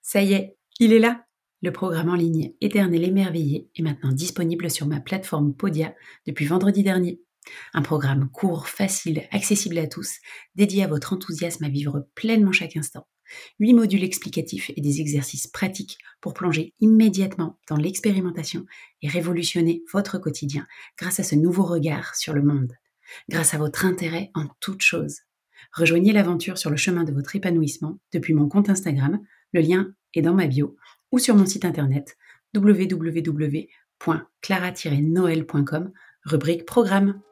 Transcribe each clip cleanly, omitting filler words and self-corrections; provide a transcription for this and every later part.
Ça y est, il est là. Le programme en ligne Éternel émerveillé est maintenant disponible sur ma plateforme Podia depuis vendredi dernier. Un programme court, facile, accessible à tous, dédié à votre enthousiasme à vivre pleinement chaque instant. 8 modules explicatifs et des exercices pratiques pour plonger immédiatement dans l'expérimentation et révolutionner votre quotidien grâce à ce nouveau regard sur le monde, grâce à votre intérêt en toutes choses. Rejoignez l'aventure sur le chemin de votre épanouissement depuis mon compte Instagram, le lien est dans ma bio, ou sur mon site internet www.clara-noel.com, rubrique Programme.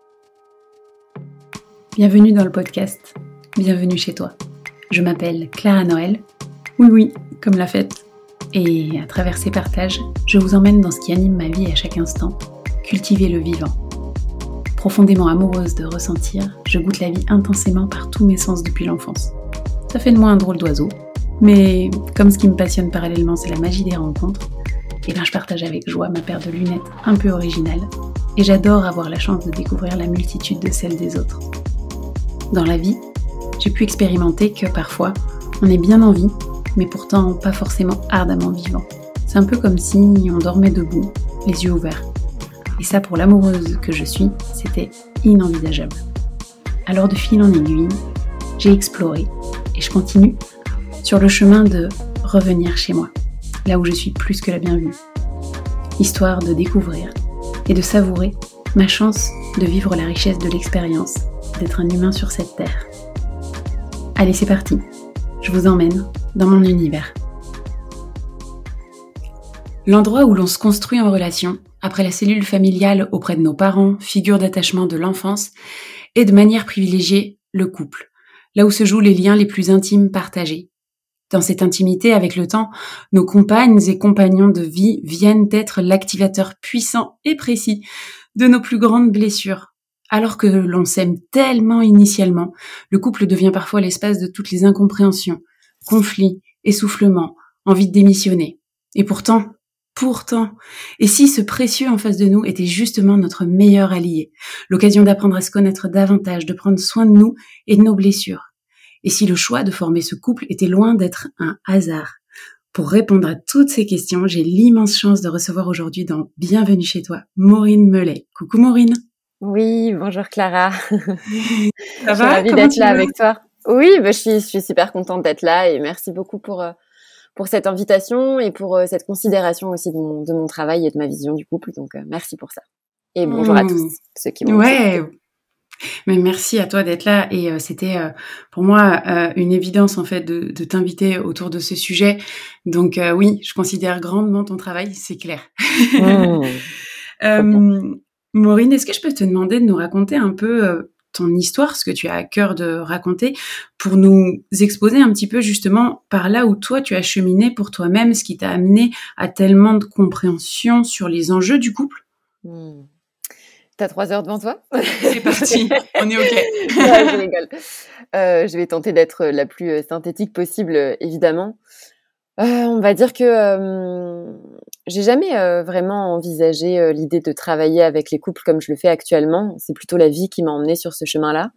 Bienvenue dans le podcast, bienvenue chez toi. Je m'appelle Clara Noël, oui, comme la fête. Et à travers ces partages, je vous emmène dans ce qui anime ma vie à chaque instant, cultiver le vivant. Profondément amoureuse de ressentir, je goûte la vie intensément par tous mes sens depuis l'enfance. Ça fait de moi un drôle d'oiseau, mais comme ce qui me passionne parallèlement c'est la magie des rencontres, je partage avec joie ma paire de lunettes un peu originale, et j'adore avoir la chance de découvrir la multitude de celles des autres. Dans la vie, j'ai pu expérimenter que parfois, on est bien en vie, mais pourtant pas forcément ardemment vivant. C'est un peu comme si on dormait debout, les yeux ouverts. Et ça, pour l'amoureuse que je suis, c'était inenvisageable. Alors de fil en aiguille, j'ai exploré, et je continue, sur le chemin de revenir chez moi, là où je suis plus que la bienvenue. Histoire de découvrir et de savourer ma chance de vivre la richesse de l'expérience, d'être un humain sur cette terre. Allez, c'est parti, je vous emmène dans mon univers. L'endroit où l'on se construit en relation, après la cellule familiale auprès de nos parents, figure d'attachement de l'enfance, et de manière privilégiée, le couple, là où se jouent les liens les plus intimes partagés. Dans cette intimité, avec le temps, nos compagnes et compagnons de vie viennent être l'activateur puissant et précis de nos plus grandes blessures. Alors que l'on s'aime tellement initialement, le couple devient parfois l'espace de toutes les incompréhensions, conflits, essoufflements, envie de démissionner. Et pourtant, et si ce précieux en face de nous était justement notre meilleur allié, l'occasion d'apprendre à se connaître davantage, de prendre soin de nous et de nos blessures? Et si le choix de former ce couple était loin d'être un hasard? Pour répondre à toutes ces questions, j'ai l'immense chance de recevoir aujourd'hui dans Bienvenue chez toi, Maureen Mellet. Coucou Maureen. Oui, bonjour Clara. Ça va? Je suis ravie d'être là avec toi. Oui, je suis super contente d'être là et merci beaucoup pour cette invitation et pour cette considération aussi de mon travail et de ma vision du couple. Donc, merci pour ça. Et bonjour à tous ceux qui m'ont écouté. Mais merci à toi d'être là et c'était pour moi une évidence en fait de t'inviter autour de ce sujet. Donc oui, je considère grandement ton travail, c'est clair. Maureen, est-ce que je peux te demander de nous raconter un peu ton histoire, ce que tu as à cœur de raconter, pour nous exposer un petit peu justement par là où toi tu as cheminé pour toi-même, ce qui t'a amené à tellement de compréhension sur les enjeux du couple? T'as 3 heures devant toi? C'est parti, on est OK. Ouais, je rigole. Je vais tenter d'être la plus synthétique possible, évidemment. On va dire que j'ai jamais vraiment envisagé l'idée de travailler avec les couples comme je le fais actuellement. C'est plutôt la vie qui m'a emmenée sur ce chemin-là.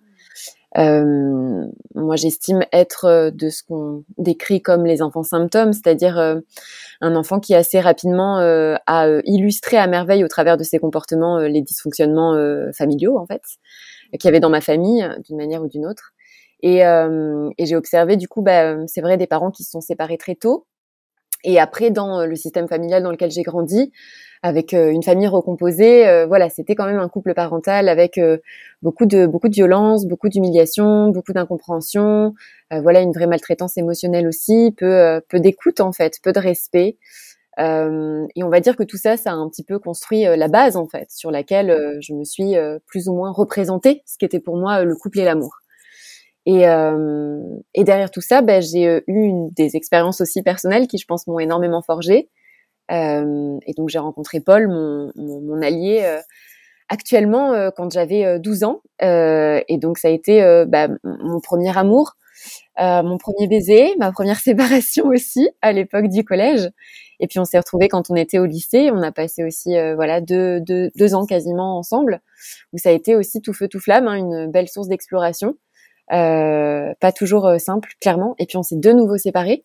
Moi, j'estime être de ce qu'on décrit comme les enfants symptômes, c'est-à-dire un enfant qui assez rapidement a illustré à merveille au travers de ses comportements les dysfonctionnements familiaux, en fait, qu'il y avait dans ma famille, d'une manière ou d'une autre. Et j'ai observé, du coup, c'est vrai, des parents qui se sont séparés très tôt. Et après, dans le système familial dans lequel j'ai grandi, avec une famille recomposée, voilà, c'était quand même un couple parental avec beaucoup de violence, beaucoup d'humiliation, beaucoup d'incompréhension, voilà, une vraie maltraitance émotionnelle aussi, peu d'écoute en fait, peu de respect. Et on va dire que tout ça, ça a un petit peu construit la base en fait, sur laquelle je me suis plus ou moins représentée, ce qui était pour moi le couple et l'amour. Et derrière tout ça, j'ai eu des expériences aussi personnelles qui, je pense, m'ont énormément forgée. Et donc, j'ai rencontré Paul, mon allié, actuellement quand j'avais 12 ans. Et donc, ça a été mon premier amour, mon premier baiser, ma première séparation aussi à l'époque du collège. Et puis, on s'est retrouvés quand on était au lycée. On a passé aussi 2 ans quasiment ensemble, où ça a été aussi tout feu tout flamme, hein, une belle source d'exploration. Pas toujours simple, clairement. Et puis on s'est de nouveau séparés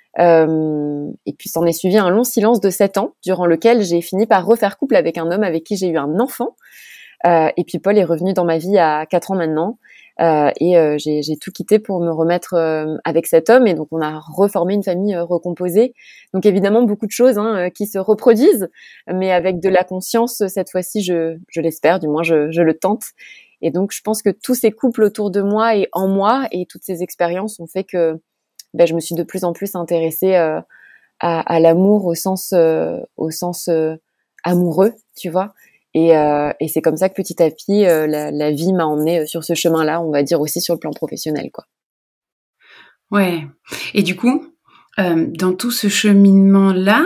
Et puis s'en est suivi un long silence de 7 ans, durant lequel j'ai fini par refaire couple avec un homme avec qui j'ai eu un enfant. Et puis Paul est revenu dans ma vie à 4 ans maintenant. J'ai tout quitté pour me remettre avec cet homme, et donc on a reformé une famille recomposée. Donc évidemment beaucoup de choses qui se reproduisent, mais avec de la conscience cette fois-ci, je l'espère, du moins je le tente. Et donc je pense que tous ces couples autour de moi et en moi et toutes ces expériences ont fait que je me suis de plus en plus intéressée à l'amour au sens amoureux, tu vois. Et c'est comme ça que petit à petit, la vie m'a emmenée sur ce chemin-là, on va dire aussi sur le plan professionnel, quoi. Ouais. Et du coup, dans tout ce cheminement-là,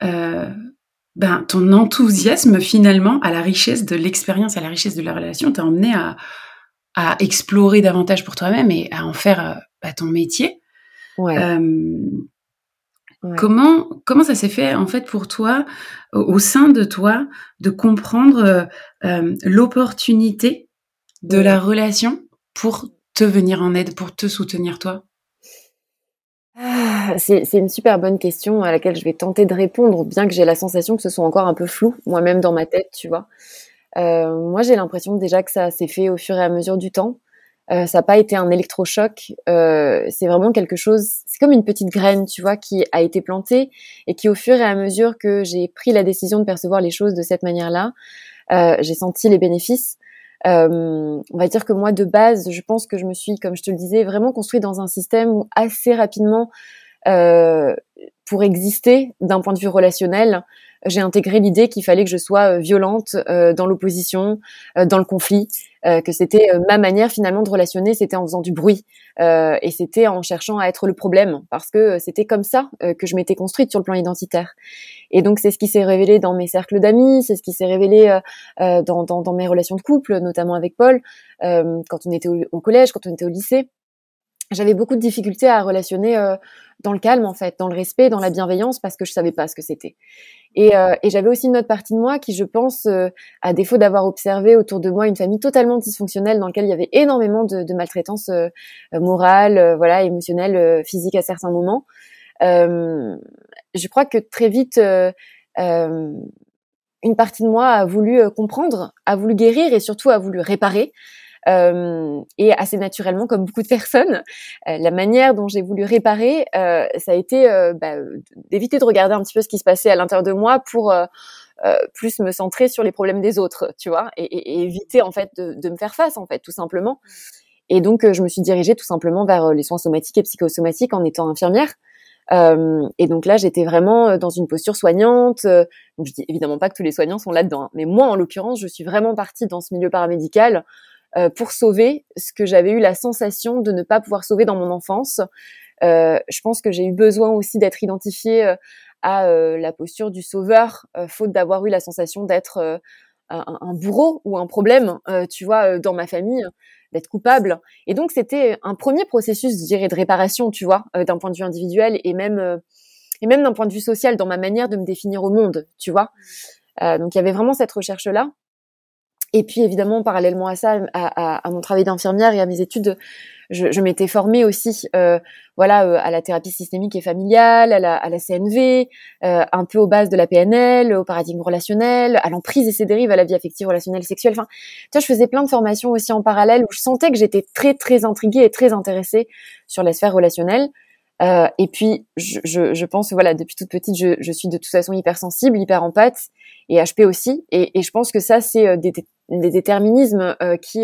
ton enthousiasme finalement à la richesse de l'expérience, à la richesse de la relation, t'a emmené à explorer davantage pour toi-même et à en faire ton métier. Ouais. Ouais. Comment ça s'est fait en fait pour toi, au sein de toi, de comprendre l'opportunité de la relation pour te venir en aide, pour te soutenir toi? C'est une super bonne question à laquelle je vais tenter de répondre, bien que j'ai la sensation que ce soit encore un peu flou, moi-même dans ma tête, tu vois? Moi, j'ai l'impression déjà que ça s'est fait au fur et à mesure du temps. Ça a pas été un électrochoc, c'est vraiment quelque chose, c'est comme une petite graine, tu vois, qui a été plantée et qui, au fur et à mesure que j'ai pris la décision de percevoir les choses de cette manière-là, j'ai senti les bénéfices. On va dire que moi, de base, je pense que je me suis, comme je te le disais, vraiment construite dans un système où assez rapidement, euh, pour exister d'un point de vue relationnel, j'ai intégré l'idée qu'il fallait que je sois violente, dans l'opposition, dans le conflit, que c'était ma manière finalement de relationner, c'était en faisant du bruit, et c'était en cherchant à être le problème, parce que c'était comme ça que je m'étais construite sur le plan identitaire. Et donc c'est ce qui s'est révélé dans mes cercles d'amis, c'est ce qui s'est révélé dans mes relations de couple, notamment avec Paul, quand on était au collège, quand on était au lycée. J'avais beaucoup de difficultés à relationner dans le calme, en fait, dans le respect, dans la bienveillance, parce que je savais pas ce que c'était. Et j'avais aussi une autre partie de moi qui, je pense, à défaut d'avoir observé autour de moi une famille totalement dysfonctionnelle dans laquelle il y avait énormément de maltraitance morale, voilà, émotionnelle, physique à certains moments. Je crois que très vite, une partie de moi a voulu comprendre, a voulu guérir et surtout a voulu réparer. Et assez naturellement, comme beaucoup de personnes, la manière dont j'ai voulu réparer, ça a été d'éviter de regarder un petit peu ce qui se passait à l'intérieur de moi pour plus me centrer sur les problèmes des autres, tu vois, et éviter en fait de me faire face, en fait, tout simplement. Et donc, je me suis dirigée tout simplement vers les soins somatiques et psychosomatiques en étant infirmière. Et donc là, j'étais vraiment dans une posture soignante. Donc je dis évidemment pas que tous les soignants sont là-dedans, hein, mais moi, en l'occurrence, je suis vraiment partie dans ce milieu paramédical pour sauver ce que j'avais eu la sensation de ne pas pouvoir sauver dans mon enfance. Je pense que j'ai eu besoin aussi d'être identifiée à la posture du sauveur, faute d'avoir eu la sensation d'être un bourreau ou un problème, tu vois, dans ma famille, d'être coupable. Et donc, c'était un premier processus, je dirais, de réparation, tu vois, d'un point de vue individuel et même d'un point de vue social, dans ma manière de me définir au monde, tu vois. Donc, il y avait vraiment cette recherche-là. Et puis évidemment, parallèlement à ça, à mon travail d'infirmière et à mes études, je m'étais formée aussi, à la thérapie systémique et familiale, à la CNV, un peu aux bases de la PNL, au paradigme relationnel, à l'emprise et ses dérives, à la vie affective, relationnelle, sexuelle. Enfin, tu vois, je faisais plein de formations aussi en parallèle où je sentais que j'étais très très intriguée et très intéressée sur la sphère relationnelle. Et puis, je pense, voilà, depuis toute petite, je suis de toute façon hypersensible, hyper empathe, et HP aussi. Et je pense que ça, c'est des déterminismes qui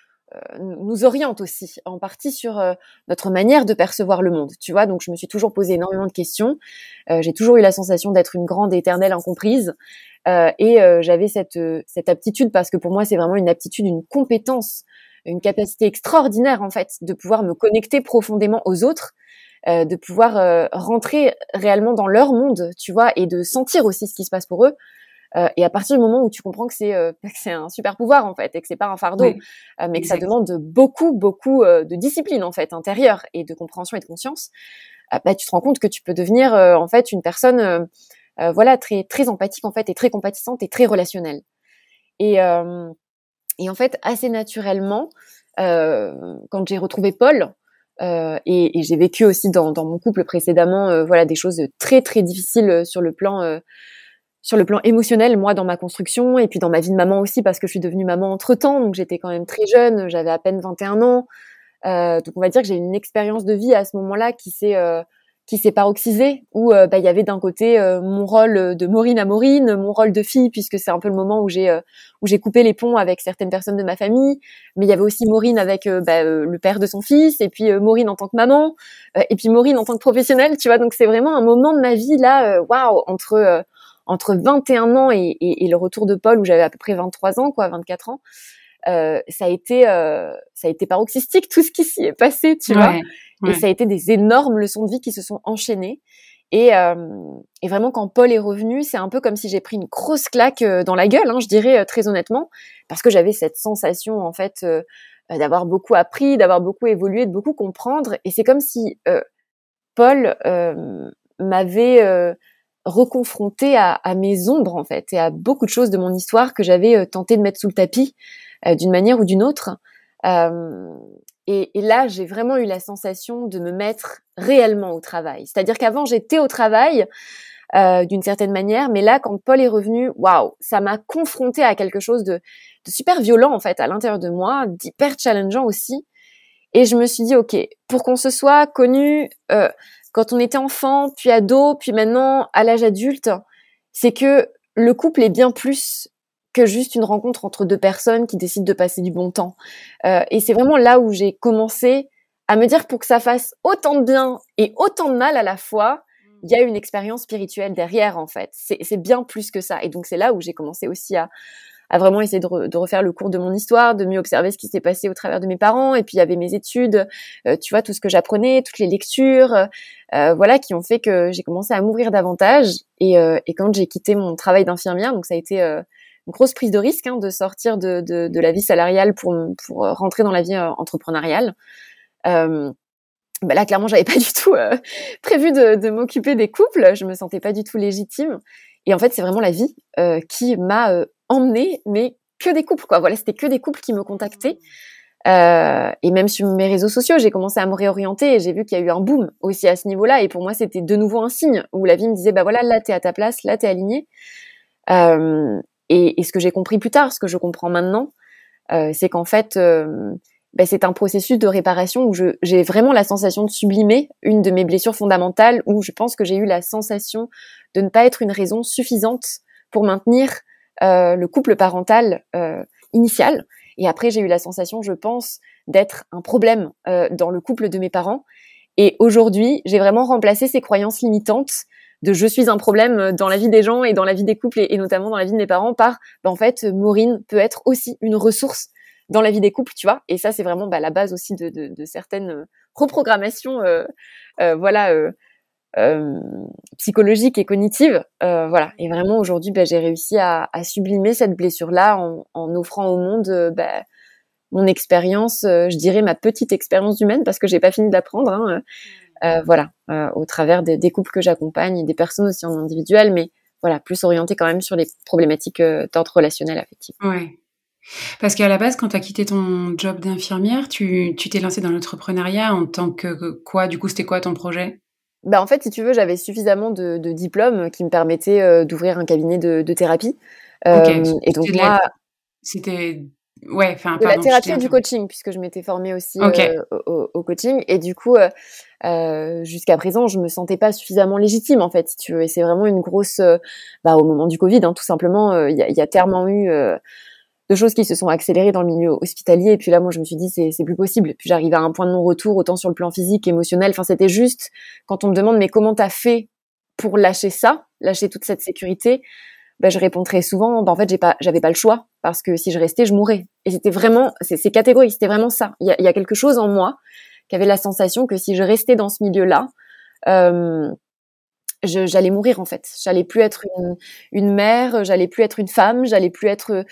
nous orientent aussi, en partie sur notre manière de percevoir le monde, tu vois. Donc, je me suis toujours posé énormément de questions. J'ai toujours eu la sensation d'être une grande et éternelle incomprise. J'avais cette aptitude, parce que pour moi, c'est vraiment une aptitude, une compétence, une capacité extraordinaire, en fait, de pouvoir me connecter profondément aux autres, de pouvoir rentrer réellement dans leur monde, tu vois, et de sentir aussi ce qui se passe pour eux. Et à partir du moment où tu comprends que c'est un super pouvoir, en fait, et que c'est pas un fardeau, Ouais, mais que ça exact. demande beaucoup de discipline, en fait, intérieure, et de compréhension et de conscience, tu te rends compte que tu peux devenir en fait une personne voilà, très très empathique, en fait, et très compatissante et très relationnelle. Et en fait, assez naturellement, quand j'ai retrouvé Paul, Et j'ai vécu aussi dans mon couple précédemment, voilà, des choses très très difficiles sur le plan émotionnel, moi dans ma construction et puis dans ma vie de maman aussi parce que je suis devenue maman entre-temps, donc j'étais quand même très jeune, j'avais à peine 21 ans. Donc on va dire que j'ai une expérience de vie à ce moment-là qui s'est paroxysée où il y avait d'un côté mon rôle de Maureen à Maureen, mon rôle de fille puisque c'est un peu le moment où j'ai coupé les ponts avec certaines personnes de ma famille, mais il y avait aussi Maureen avec le père de son fils et puis Maureen en tant que maman et puis Maureen en tant que professionnelle, tu vois. Donc c'est vraiment un moment de ma vie là waouh entre 21 ans et le retour de Paul où j'avais à peu près 23 ans quoi, 24 ans. Ça a été paroxystique tout ce qui s'y est passé, tu vois. Et ça a été des énormes leçons de vie qui se sont enchaînées. Et vraiment, quand Paul est revenu, c'est un peu comme si j'ai pris une grosse claque dans la gueule, hein, je dirais très honnêtement, parce que j'avais cette sensation en fait d'avoir beaucoup appris, d'avoir beaucoup évolué, de beaucoup comprendre. Et c'est comme si Paul m'avait reconfrontée à mes ombres en fait et à beaucoup de choses de mon histoire que j'avais tenté de mettre sous le tapis d'une manière ou d'une autre. Et là, j'ai vraiment eu la sensation de me mettre réellement au travail. C'est-à-dire qu'avant, j'étais au travail d'une certaine manière, mais là, quand Paul est revenu, waouh, ça m'a confrontée à quelque chose de super violent en fait à l'intérieur de moi, d'hyper challengeant aussi. Et je me suis dit, ok, pour qu'on se soit connu quand on était enfant, puis ado, puis maintenant à l'âge adulte, c'est que le couple est bien plus que juste une rencontre entre deux personnes qui décident de passer du bon temps. Et c'est vraiment là où j'ai commencé à me dire pour que ça fasse autant de bien et autant de mal à la fois, il y a une expérience spirituelle derrière en fait. C'est bien plus que ça. Et donc c'est là où j'ai commencé aussi à vraiment essayer de refaire le cours de mon histoire, de mieux observer ce qui s'est passé au travers de mes parents. Et puis il y avait mes études, tu vois, tout ce que j'apprenais, toutes les lectures, voilà, qui ont fait que j'ai commencé à m'ouvrir davantage. Et quand j'ai quitté mon travail d'infirmière, donc ça a été une grosse prise de risque hein, de sortir de la vie salariale pour rentrer dans la vie entrepreneuriale. Là, clairement, j'avais pas du tout prévu de m'occuper des couples. Je me sentais pas du tout légitime. Et en fait, c'est vraiment la vie qui m'a emmenée, mais que des couples, quoi. Voilà, c'était que des couples qui me contactaient. Et même sur mes réseaux sociaux, j'ai commencé à me réorienter et j'ai vu qu'il y a eu un boom aussi à ce niveau-là. Et pour moi, c'était de nouveau un signe où la vie me disait, bah voilà, là, t'es à ta place, là, t'es aligné. Et ce que j'ai compris plus tard, ce que je comprends maintenant, c'est qu'en fait, c'est un processus de réparation où j'ai vraiment la sensation de sublimer une de mes blessures fondamentales, où je pense que j'ai eu la sensation de ne pas être une raison suffisante pour maintenir le couple parental initial. Et après, j'ai eu la sensation, je pense, d'être un problème dans le couple de mes parents. Et aujourd'hui, j'ai vraiment remplacé ces croyances limitantes de je suis un problème dans la vie des gens et dans la vie des couples et notamment dans la vie de mes parents par, en fait, Maureen peut être aussi une ressource dans la vie des couples, tu vois. Et ça, c'est vraiment la base aussi de certaines reprogrammations, psychologiques et cognitives. Voilà. Et vraiment, aujourd'hui, j'ai réussi à sublimer cette blessure-là en offrant au monde mon expérience, je dirais ma petite expérience humaine, parce que j'ai pas fini d'apprendre, hein, au travers des couples que j'accompagne et des personnes aussi en individuel, mais voilà, plus orientées quand même sur les problématiques d'ordre relationnel affectif. Ouais. Parce qu'à la base, quand tu as quitté ton job d'infirmière, tu t'es lancée dans l'entrepreneuriat en tant que quoi? Du coup, c'était quoi ton projet? En fait, si tu veux, j'avais suffisamment de diplômes qui me permettaient d'ouvrir un cabinet de thérapie. Et donc moi, c'était ouais, enfin, de la pardon, thérapie et du coaching, puisque je m'étais formée aussi au coaching. Et du coup, jusqu'à présent, je me sentais pas suffisamment légitime, en fait, si tu veux. Et c'est vraiment une grosse... au moment du Covid, hein, tout simplement, il y a tellement eu de choses qui se sont accélérées dans le milieu hospitalier. Et puis là, moi, je me suis dit, c'est plus possible. Et puis j'arrivais à un point de non-retour, autant sur le plan physique, émotionnel. Enfin, c'était juste, quand on me demande, mais comment t'as fait pour lâcher ça, lâcher toute cette sécurité, je réponds très souvent, en fait, j'avais pas le choix, parce que si je restais, je mourrais. Et c'était vraiment, c'est catégorique, c'était vraiment ça. Il y a quelque chose en moi qui avait la sensation que si je restais dans ce milieu-là, j'allais mourir, en fait. J'allais plus être une mère, j'allais plus être une femme, j'allais plus être,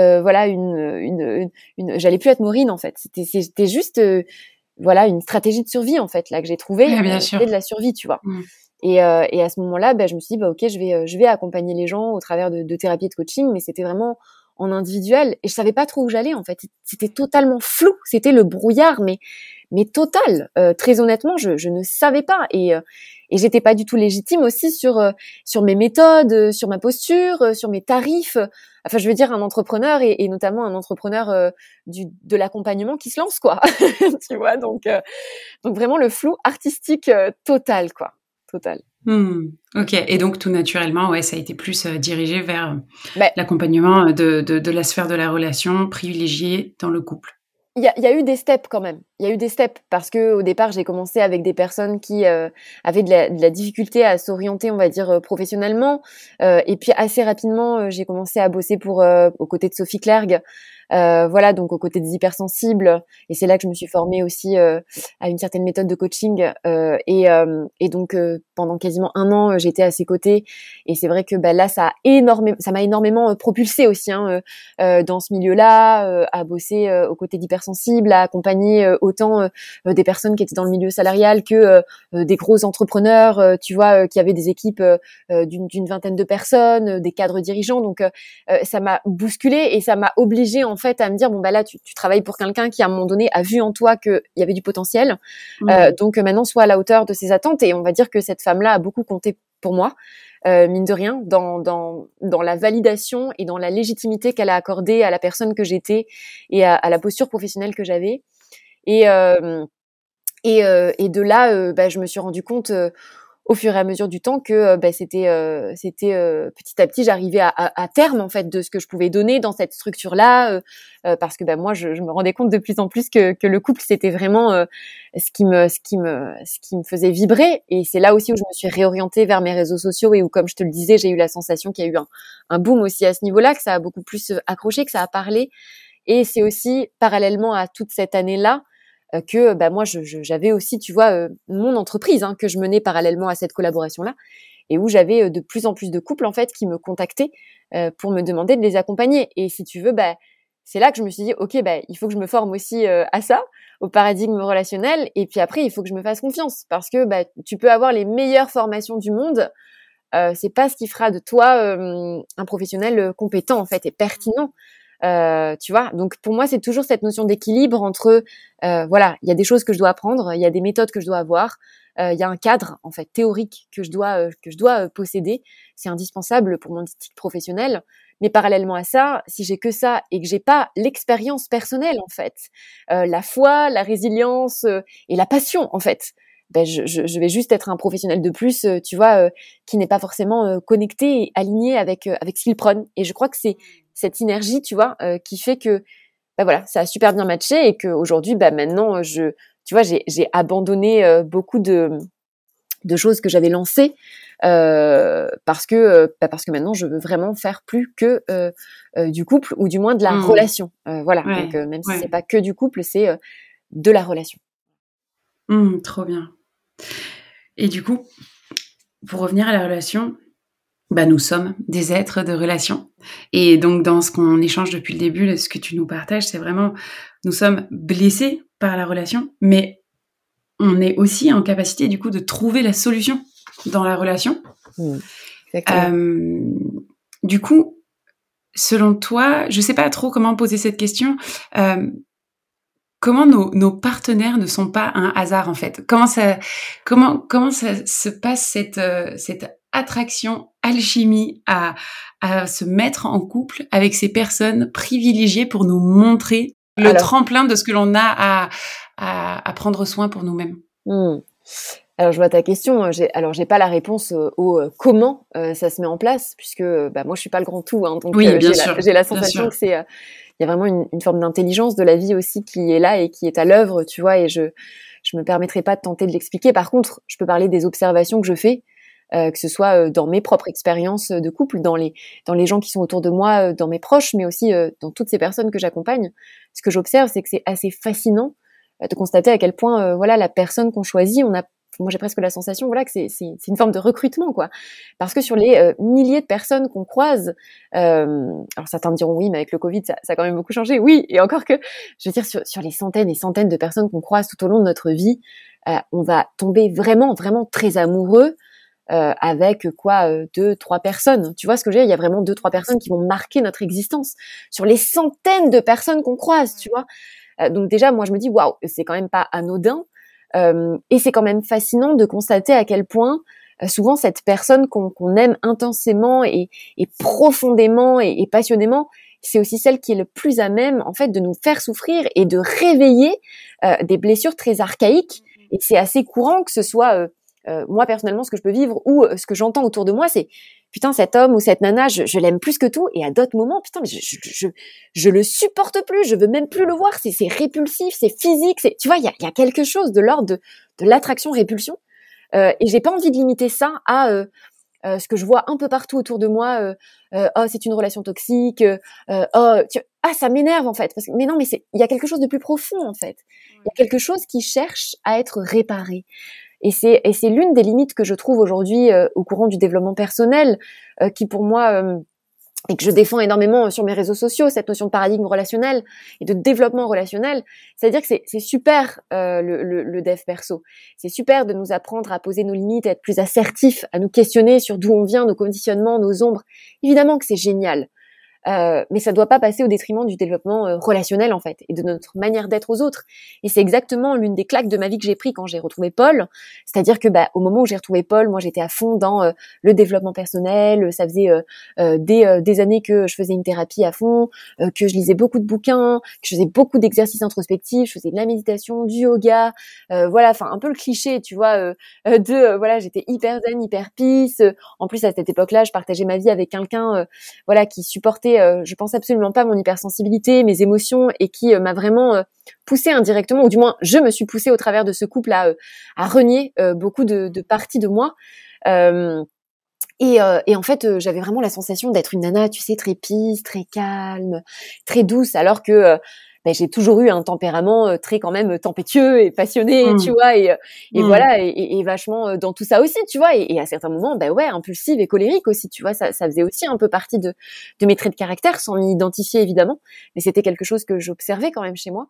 j'allais plus être Maureen, en fait. C'était juste, une stratégie de survie, en fait, là, que j'ai trouvée. Ouais, bien sûr. C'était de la survie, tu vois. Et à ce moment-là, je me suis dit, ok, je vais accompagner les gens au travers de thérapie et de coaching, mais c'était vraiment en individuel, et je savais pas trop où j'allais en fait. C'était totalement flou, c'était le brouillard, mais total. Très honnêtement, je ne savais pas, et j'étais pas du tout légitime aussi sur mes méthodes, sur ma posture, sur mes tarifs. Enfin, je veux dire, un entrepreneur et notamment un entrepreneur de l'accompagnement qui se lance, quoi. Tu vois, donc vraiment le flou artistique total, quoi, total. Ok, et donc tout naturellement, ouais, ça a été plus dirigé vers Ben, l'accompagnement de la sphère de la relation privilégiée dans le couple. il y a eu des steps quand même. Il y a eu des steps parce que au départ, j'ai commencé avec des personnes qui avaient de la difficulté à s'orienter, on va dire, professionnellement. Et puis assez rapidement, j'ai commencé à bosser aux côtés de Sophie Clergue. Voilà, donc aux côtés des hypersensibles. Et c'est là que je me suis formée aussi à une certaine méthode de coaching. Et donc pendant quasiment 1 an, j'étais à ses côtés. Et c'est vrai que là, ça m'a énormément propulsée aussi dans ce milieu-là, à bosser aux côtés d'hypersensibles, à accompagner autant des personnes qui étaient dans le milieu salarial que des gros entrepreneurs, tu vois, qui avaient des équipes d'une vingtaine de personnes, des cadres dirigeants. Donc ça m'a bousculée et ça m'a obligée en fait à me dire bon là tu travailles pour quelqu'un qui à un moment donné a vu en toi qu'il y avait du potentiel. Donc maintenant sois à la hauteur de ses attentes, et on va dire que cette femme-là a beaucoup compté pour moi. Mine de rien, dans la validation et dans la légitimité qu'elle a accordée à la personne que j'étais et à la posture professionnelle que j'avais. Et de là, je me suis rendu compte au fur et à mesure du temps que c'était petit à petit, j'arrivais à terme en fait de ce que je pouvais donner dans cette structure-là, parce que moi je me rendais compte de plus en plus que le couple c'était vraiment ce qui me faisait vibrer. Et c'est là aussi où je me suis réorientée vers mes réseaux sociaux et où, comme je te le disais, j'ai eu la sensation qu'il y a eu un boom aussi à ce niveau-là, que ça a beaucoup plus accroché, que ça a parlé. Et c'est aussi parallèlement à toute cette année-là que moi j'avais aussi, tu vois, mon entreprise que je menais parallèlement à cette collaboration-là, et où j'avais de plus en plus de couples en fait qui me contactaient pour me demander de les accompagner. Et si tu veux, c'est là que je me suis dit ok, il faut que je me forme aussi à ça, au paradigme relationnel, et puis après il faut que je me fasse confiance, parce que tu peux avoir les meilleures formations du monde, c'est pas ce qui fera de toi un professionnel compétent en fait et pertinent. Tu vois, donc pour moi c'est toujours cette notion d'équilibre entre voilà, il y a des choses que je dois apprendre, il y a des méthodes que je dois avoir, il y a un cadre en fait théorique que je dois posséder, c'est indispensable pour mon éthique professionnelle. Mais parallèlement à ça, si j'ai que ça et que j'ai pas l'expérience personnelle en fait, la foi, la résilience et la passion en fait, je vais juste être un professionnel de plus, tu vois, qui n'est pas forcément connecté et aligné avec ce qu'il prône. Et je crois que c'est cette synergie, tu vois, qui fait que voilà, ça a super bien matché, et que aujourd'hui, maintenant, tu vois, j'ai abandonné beaucoup de choses que j'avais lancées parce que maintenant, je veux vraiment faire plus que du couple, ou du moins de la relation. Voilà. Ouais, donc même si c'est pas que du couple, c'est de la relation. Trop bien. Et du coup, pour revenir à la relation, nous sommes des êtres de relation. Et donc, dans ce qu'on échange depuis le début, de ce que tu nous partages, c'est vraiment, nous sommes blessés par la relation, mais on est aussi en capacité, du coup, de trouver la solution dans la relation. Du coup, selon toi, je sais pas trop comment poser cette question, comment nos partenaires ne sont pas un hasard, en fait? Comment ça se passe cette attraction, alchimie à se mettre en couple avec ces personnes privilégiées pour nous montrer le tremplin de ce que l'on a à prendre soin pour nous-mêmes? Alors, je vois ta question. J'ai pas la réponse au comment ça se met en place, puisque moi je suis pas le grand tout, donc oui, bien sûr, j'ai la sensation que c'est il y a vraiment une forme d'intelligence de la vie aussi qui est là et qui est à l'œuvre, tu vois, et je me permettrai pas de tenter de l'expliquer. Par contre, je peux parler des observations que je fais, que ce soit dans mes propres expériences de couple, dans les gens qui sont autour de moi, dans mes proches, mais aussi dans toutes ces personnes que j'accompagne. Ce que j'observe, c'est que c'est assez fascinant de constater à quel point voilà, la personne qu'on choisit, moi j'ai presque la sensation que c'est une forme de recrutement, quoi, parce que sur les milliers de personnes qu'on croise, alors certains me diront oui, mais avec le Covid ça a quand même beaucoup changé, oui, et encore que je veux dire sur les centaines et centaines de personnes qu'on croise tout au long de notre vie, on va tomber vraiment très amoureux avec quoi, 2-3 personnes. Tu vois ce que je veux dire? Il y a vraiment 2-3 personnes qui vont marquer notre existence sur les centaines de personnes qu'on croise, tu vois? Donc déjà, moi, je me dis: «Waouh, c'est quand même pas anodin», et c'est quand même fascinant de constater à quel point, souvent cette personne qu'on aime intensément et profondément et passionnément, c'est aussi celle qui est le plus à même, en fait, de nous faire souffrir et de réveiller, des blessures très archaïques. Et c'est assez courant que ce soit, moi personnellement, ce que je peux vivre ou ce que j'entends autour de moi, c'est: «Putain, cet homme ou cette nana, je l'aime plus que tout», et à d'autres moments: «Putain, mais je le supporte plus, je veux même plus le voir, c'est répulsif, c'est physique», tu vois, il y a quelque chose de l'ordre de l'attraction-répulsion, et j'ai pas envie de limiter ça à, ce que je vois un peu partout autour de moi, «Oh, c'est une relation toxique», «Oh», ça m'énerve, en fait, parce que mais non, mais il y a quelque chose de plus profond, en fait. Il y a quelque chose qui cherche à être réparé. Et c'est l'une des limites que je trouve aujourd'hui, au courant du développement personnel, qui pour moi, et que je défends énormément sur mes réseaux sociaux, cette notion de paradigme relationnel et de développement relationnel. C'est-à-dire que c'est super, le dev perso. C'est super de nous apprendre à poser nos limites, à être plus assertifs, à nous questionner sur d'où on vient, nos conditionnements, nos ombres. Évidemment que c'est génial. Mais ça doit pas passer au détriment du développement relationnel, en fait, et de notre manière d'être aux autres. Et c'est exactement l'une des claques de ma vie que j'ai pris quand j'ai retrouvé Paul. C'est-à-dire que au moment où j'ai retrouvé Paul, moi j'étais à fond dans le développement personnel. Ça faisait des années que je faisais une thérapie à fond, que je lisais beaucoup de bouquins, que je faisais beaucoup d'exercices introspectifs, je faisais de la méditation, du yoga, voilà, enfin un peu le cliché, tu vois, voilà, j'étais hyper zen, hyper peace. En plus à cette époque-là, je partageais ma vie avec quelqu'un, voilà, qui supportait, je pense absolument pas mon hypersensibilité, mes émotions, et qui m'a vraiment poussée indirectement, ou du moins je me suis poussée au travers de ce couple à renier beaucoup de parties de moi. Et en fait, j'avais vraiment la sensation d'être une nana, tu sais, très peace, très calme, très douce, alors que j'ai toujours eu un tempérament très quand même tempétueux et passionné, tu vois, et voilà, et vachement dans tout ça aussi, tu vois, et à certains moments, ouais, impulsive et colérique aussi, tu vois, ça faisait aussi un peu partie de mes traits de caractère, sans m'y identifier évidemment, mais c'était quelque chose que j'observais quand même chez moi.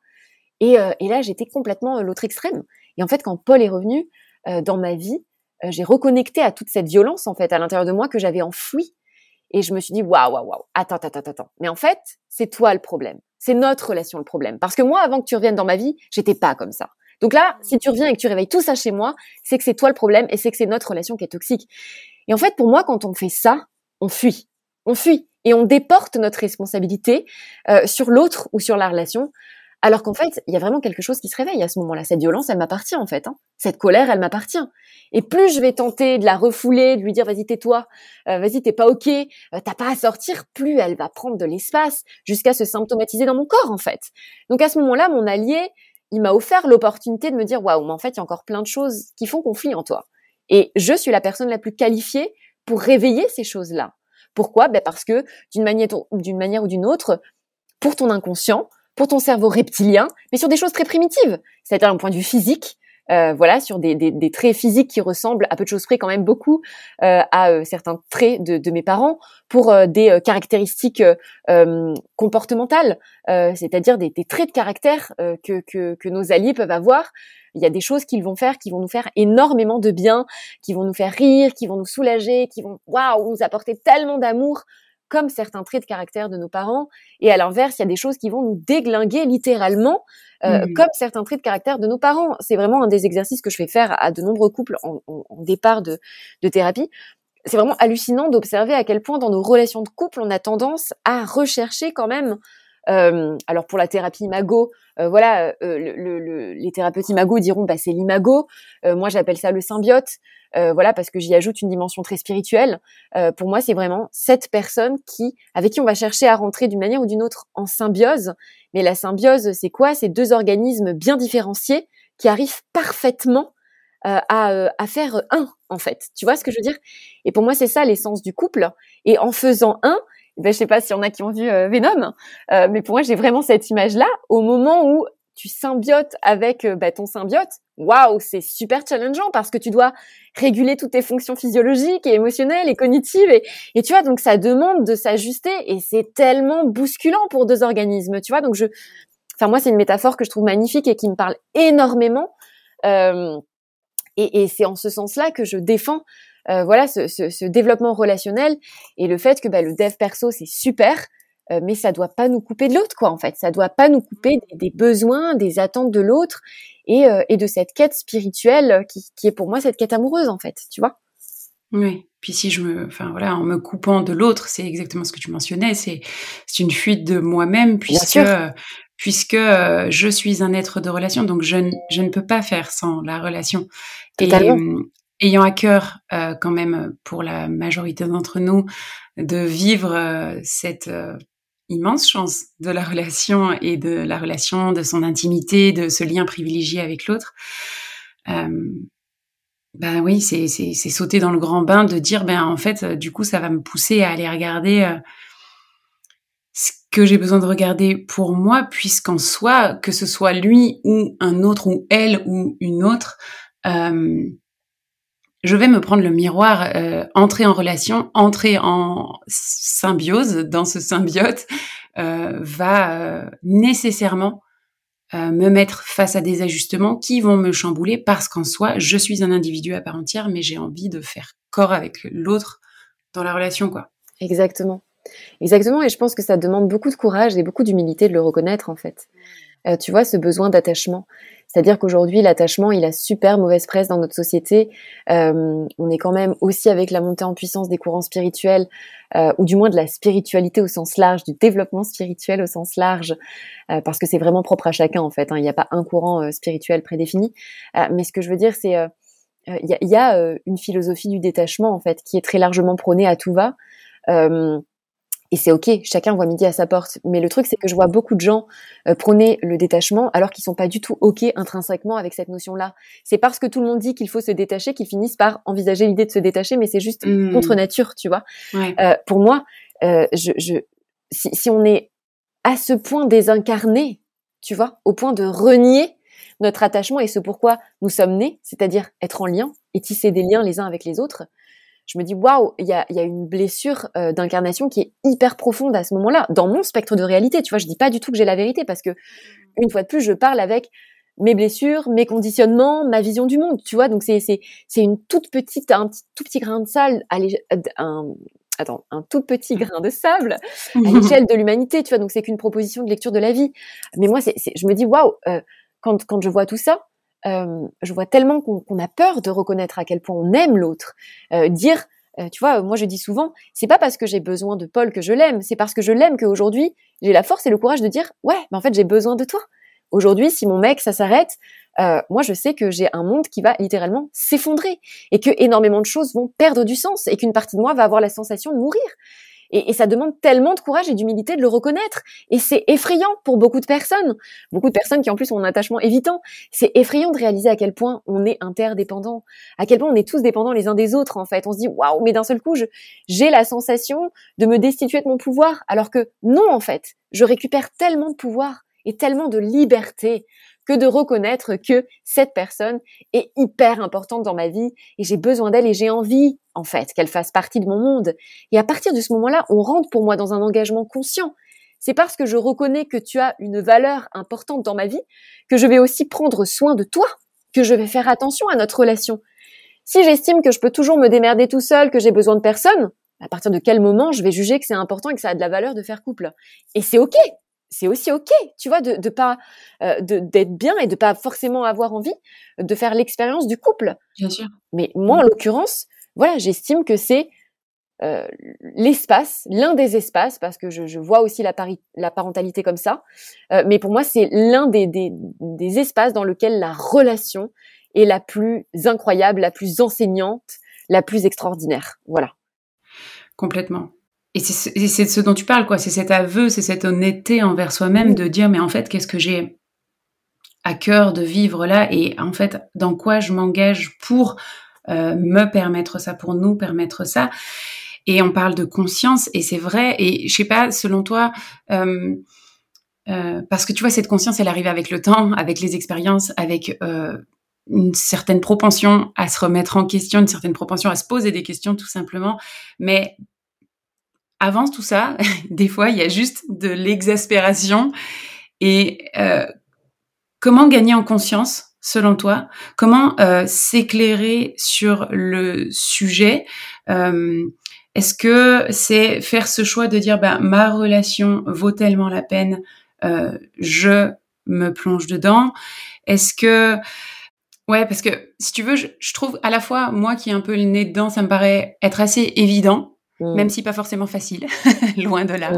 Et là, j'étais complètement l'autre extrême. Et en fait, quand Paul est revenu dans ma vie, j'ai reconnecté à toute cette violence, en fait, à l'intérieur de moi, que j'avais enfouie. Et je me suis dit, waouh, waouh, waouh, attends. Mais en fait, c'est toi le problème. C'est notre relation le problème. Parce que moi, avant que tu reviennes dans ma vie, j'étais pas comme ça. Donc là, si tu reviens et que tu réveilles tout ça chez moi, c'est que c'est toi le problème et c'est que c'est notre relation qui est toxique. Et en fait, pour moi, quand on fait ça, on fuit. On fuit. Et on déporte notre responsabilité sur l'autre ou sur la relation. Alors qu'en fait, il y a vraiment quelque chose qui se réveille à ce moment-là. Cette violence, elle m'appartient, en fait, hein. Cette colère, elle m'appartient. Et plus je vais tenter de la refouler, de lui dire, vas-y, tais-toi, vas-y, t'es pas OK, t'as pas à sortir, plus elle va prendre de l'espace jusqu'à se symptomatiser dans mon corps, en fait. Donc à ce moment-là, mon allié, il m'a offert l'opportunité de me dire, waouh, mais en fait, il y a encore plein de choses qui font conflit en toi. Et je suis la personne la plus qualifiée pour réveiller ces choses-là. Pourquoi? Parce que d'une manière ou d'une autre, pour ton inconscient, pour ton cerveau reptilien, mais sur des choses très primitives, c'est-à-dire d'un point de vue physique, voilà, sur des traits physiques qui ressemblent à peu de choses près quand même beaucoup à certains traits de mes parents, pour des caractéristiques comportementales, c'est-à-dire des traits de caractère que nos alliés peuvent avoir. Il y a des choses qu'ils vont faire qui vont nous faire énormément de bien, qui vont nous faire rire, qui vont nous soulager, qui vont nous apporter tellement d'amour, comme certains traits de caractère de nos parents. Et à l'inverse, il y a des choses qui vont nous déglinguer littéralement, comme certains traits de caractère de nos parents. C'est vraiment un des exercices que je fais faire à de nombreux couples en départ de thérapie. C'est vraiment hallucinant d'observer à quel point dans nos relations de couple, on a tendance à rechercher quand même. Alors pour la thérapie imago, voilà, les thérapeutes imago diront c'est l'imago. Moi j'appelle ça le symbiote. Voilà, parce que j'y ajoute une dimension très spirituelle. Pour moi, c'est vraiment cette personne avec qui on va chercher à rentrer d'une manière ou d'une autre en symbiose. Mais la symbiose, c'est quoi? C'est deux organismes bien différenciés qui arrivent parfaitement à faire un, en fait. Tu vois ce que je veux dire? Et pour moi, c'est ça l'essence du couple. Et en faisant un, je sais pas s'il y en a qui ont vu Venom, mais pour moi, j'ai vraiment cette image-là. Au moment où tu symbiotes avec ton symbiote, waouh, c'est super challengeant parce que tu dois réguler toutes tes fonctions physiologiques et émotionnelles et cognitives, et tu vois, donc ça demande de s'ajuster, et c'est tellement bousculant pour deux organismes, tu vois. Donc moi, c'est une métaphore que je trouve magnifique et qui me parle énormément, et c'est en ce sens-là que je défends voilà, ce développement relationnel et le fait que le dev perso c'est super, mais ça doit pas nous couper de l'autre, quoi, en fait. Ça doit pas nous couper des besoins, des attentes de l'autre et de cette quête spirituelle qui est pour moi cette quête amoureuse, en fait, tu vois. Oui. Puis enfin voilà, en me coupant de l'autre, c'est exactement ce que tu mentionnais, c'est une fuite de moi-même puisque je suis un être de relation, donc je ne peux pas faire sans la relation. Totalement. Et ayant à cœur quand même pour la majorité d'entre nous de vivre cette immense chance de la relation et de la relation, de son intimité, de ce lien privilégié avec l'autre. Oui, c'est sauter dans le grand bain de dire, en fait, du coup, ça va me pousser à aller regarder ce que j'ai besoin de regarder pour moi, puisqu'en soi, que ce soit lui ou un autre ou elle ou une autre, je vais me prendre le miroir, entrer en relation, entrer en symbiose dans ce symbiote, va nécessairement me mettre face à des ajustements qui vont me chambouler parce qu'en soi, je suis un individu à part entière, mais j'ai envie de faire corps avec l'autre dans la relation, quoi. Exactement. Exactement, et je pense que ça demande beaucoup de courage et beaucoup d'humilité de le reconnaître, en fait. Tu vois, ce besoin d'attachement. C'est-à-dire qu'aujourd'hui, l'attachement, il a super mauvaise presse dans notre société. On est quand même aussi avec la montée en puissance des courants spirituels, ou du moins de la spiritualité au sens large, du développement spirituel au sens large, parce que c'est vraiment propre à chacun, en fait. Il n'y a pas un courant spirituel prédéfini. Mais ce que je veux dire, c'est il y a une philosophie du détachement, en fait, qui est très largement prônée à tout va. Et c'est ok, chacun voit midi à sa porte. Mais le truc, c'est que je vois beaucoup de gens prôner le détachement alors qu'ils sont pas du tout ok intrinsèquement avec cette notion-là. C'est parce que tout le monde dit qu'il faut se détacher qu'ils finissent par envisager l'idée de se détacher, mais c'est juste contre nature, tu vois. Ouais. Pour moi, si on est à ce point désincarné, tu vois, au point de renier notre attachement et ce pourquoi nous sommes nés, c'est-à-dire être en lien et tisser des liens les uns avec les autres, je me dis waouh, il y a une blessure d'incarnation qui est hyper profonde à ce moment-là dans mon spectre de réalité, tu vois. Je dis pas du tout que j'ai la vérité parce que une fois de plus je parle avec mes blessures, mes conditionnements, ma vision du monde, tu vois. Donc c'est une toute petite, un tout petit grain de sable un tout petit grain de sable à l'échelle de l'humanité, tu vois. Donc c'est qu'une proposition de lecture de la vie. Mais moi je me dis waouh, quand je vois tout ça, je vois tellement qu'on a peur de reconnaître à quel point on aime l'autre. Tu vois, moi je dis souvent, c'est pas parce que j'ai besoin de Paul que je l'aime, c'est parce que je l'aime qu'aujourd'hui j'ai la force et le courage de dire ouais, mais en fait j'ai besoin de toi. Aujourd'hui, si mon mec ça s'arrête, moi je sais que j'ai un monde qui va littéralement s'effondrer et que énormément de choses vont perdre du sens et qu'une partie de moi va avoir la sensation de mourir. Et ça demande tellement de courage et d'humilité de le reconnaître. Et c'est effrayant pour beaucoup de personnes qui en plus ont un attachement évitant. C'est effrayant de réaliser à quel point on est interdépendants, à quel point on est tous dépendants les uns des autres en fait. On se dit waouh, mais d'un seul coup, j'ai la sensation de me destituer de mon pouvoir, alors que non en fait, je récupère tellement de pouvoir et tellement de liberté que de reconnaître que cette personne est hyper importante dans ma vie et j'ai besoin d'elle et j'ai envie, en fait, qu'elle fasse partie de mon monde. Et à partir de ce moment-là, on rentre pour moi dans un engagement conscient. C'est parce que je reconnais que tu as une valeur importante dans ma vie que je vais aussi prendre soin de toi, que je vais faire attention à notre relation. Si j'estime que je peux toujours me démerder tout seul, que j'ai besoin de personne, à partir de quel moment je vais juger que c'est important et que ça a de la valeur de faire couple? Et c'est ok. C'est aussi ok, tu vois, de pas d'être bien et de pas forcément avoir envie de faire l'expérience du couple. Bien sûr. Mais moi, en l'occurrence, voilà, j'estime que c'est l'espace, l'un des espaces, parce que je vois aussi la parentalité comme ça. Mais pour moi, c'est l'un des espaces dans lequel la relation est la plus incroyable, la plus enseignante, la plus extraordinaire. Voilà. Complètement. Et c'est de ce dont tu parles, quoi. C'est cet aveu, c'est cette honnêteté envers soi-même de dire, mais en fait, qu'est-ce que j'ai à cœur de vivre là et en fait, dans quoi je m'engage pour me permettre ça, pour nous permettre ça. Et on parle de conscience et c'est vrai. Et je sais pas, selon toi, parce que tu vois, cette conscience, elle arrive avec le temps, avec les expériences, avec une certaine propension à se remettre en question, une certaine propension à se poser des questions, tout simplement. Mais avant tout ça, des fois, il y a juste de l'exaspération. Et comment gagner en conscience selon toi? Comment s'éclairer sur le sujet? Est-ce que c'est faire ce choix de dire ma relation vaut tellement la peine, je me plonge dedans? Est-ce que ouais, parce que si tu veux, je trouve à la fois, moi qui ai un peu le nez dedans, ça me paraît être assez évident, même si pas forcément facile, loin de là.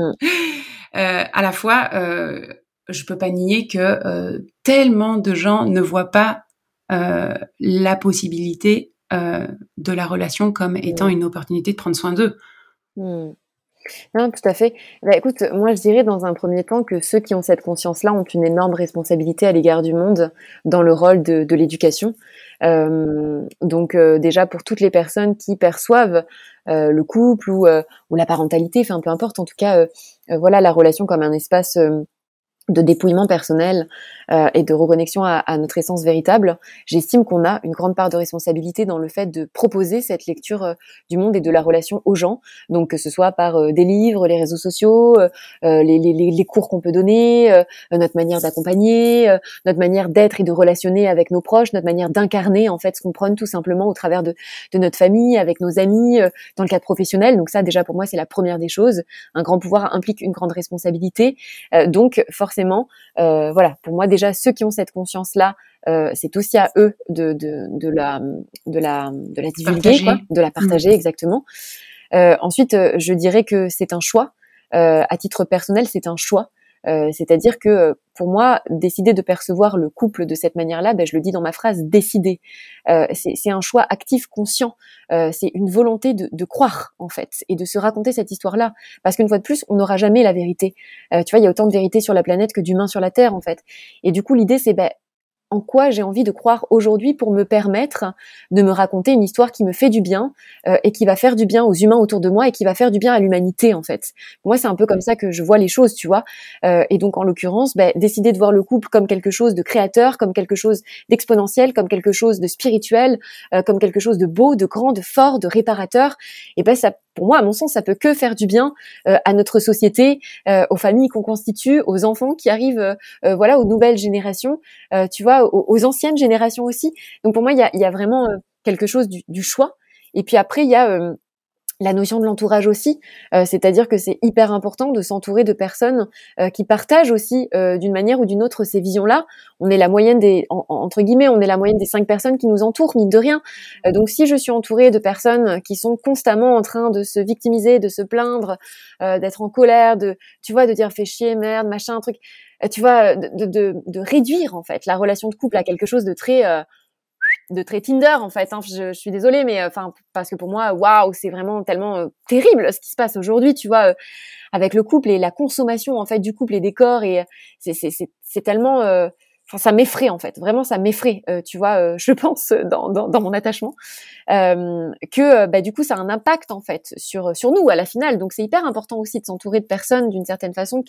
À la fois, je peux pas nier que tellement de gens ne voient pas la possibilité de la relation comme étant une opportunité de prendre soin d'eux. Non, tout à fait. Bah, écoute, moi, je dirais dans un premier temps que ceux qui ont cette conscience-là ont une énorme responsabilité à l'égard du monde dans le rôle de l'éducation. Donc, déjà pour toutes les personnes qui perçoivent le couple ou la parentalité, enfin peu importe, en tout cas, voilà, la relation comme un espace de dépouillement personnel et de reconnexion à notre essence véritable, j'estime qu'on a une grande part de responsabilité dans le fait de proposer cette lecture du monde et de la relation aux gens, donc que ce soit par des livres, les réseaux sociaux, les cours qu'on peut donner, notre manière d'accompagner, notre manière d'être et de relationner avec nos proches, notre manière d'incarner en fait ce qu'on prône tout simplement au travers de notre famille, avec nos amis, dans le cadre professionnel. Donc ça déjà pour moi c'est la première des choses. Un grand pouvoir implique une grande responsabilité, donc forcément voilà, pour moi déjà ceux qui ont cette conscience-là, c'est aussi à eux de la divulguer, quoi, de la partager exactement. Ensuite, je dirais que c'est un choix. À titre personnel, c'est un choix. C'est-à-dire que pour moi, décider de percevoir le couple de cette manière-là, je le dis dans ma phrase, décider. C'est un choix actif, conscient. C'est une volonté de croire en fait et de se raconter cette histoire-là. Parce qu'une fois de plus, on n'aura jamais la vérité. Tu vois, il y a autant de vérité sur la planète que d'humains sur la Terre en fait. Et du coup, l'idée c'est en quoi j'ai envie de croire aujourd'hui pour me permettre de me raconter une histoire qui me fait du bien et qui va faire du bien aux humains autour de moi et qui va faire du bien à l'humanité en fait. Pour moi, c'est un peu comme ça que je vois les choses, tu vois. Et donc, en l'occurrence, décider de voir le couple comme quelque chose de créateur, comme quelque chose d'exponentiel, comme quelque chose de spirituel, comme quelque chose de beau, de grand, de fort, de réparateur, et ça, pour moi, à mon sens, ça peut que faire du bien à notre société, aux familles qu'on constitue, aux enfants qui arrivent, voilà, aux nouvelles générations, tu vois, aux anciennes générations aussi. Donc pour moi, il y a vraiment quelque chose du choix. Et puis après, il y a la notion de l'entourage aussi, c'est-à-dire que c'est hyper important de s'entourer de personnes qui partagent aussi d'une manière ou d'une autre ces visions-là. On est la moyenne entre guillemets, on est la moyenne des 5 personnes qui nous entourent, mine de rien. Donc si je suis entourée de personnes qui sont constamment en train de se victimiser, de se plaindre, d'être en colère, tu vois, de dire fais chier, merde, machin, truc, tu vois, de réduire en fait la relation de couple à quelque chose de très Tinder en fait, hein. Je suis désolée, mais enfin parce que pour moi, waouh, c'est vraiment tellement terrible ce qui se passe aujourd'hui, tu vois, avec le couple et la consommation en fait du couple et des corps, et c'est tellement, enfin ça m'effraie en fait, vraiment ça m'effraie, tu vois, je pense dans mon attachement, que du coup ça a un impact en fait sur nous à la finale. Donc c'est hyper important aussi de s'entourer de personnes d'une certaine façon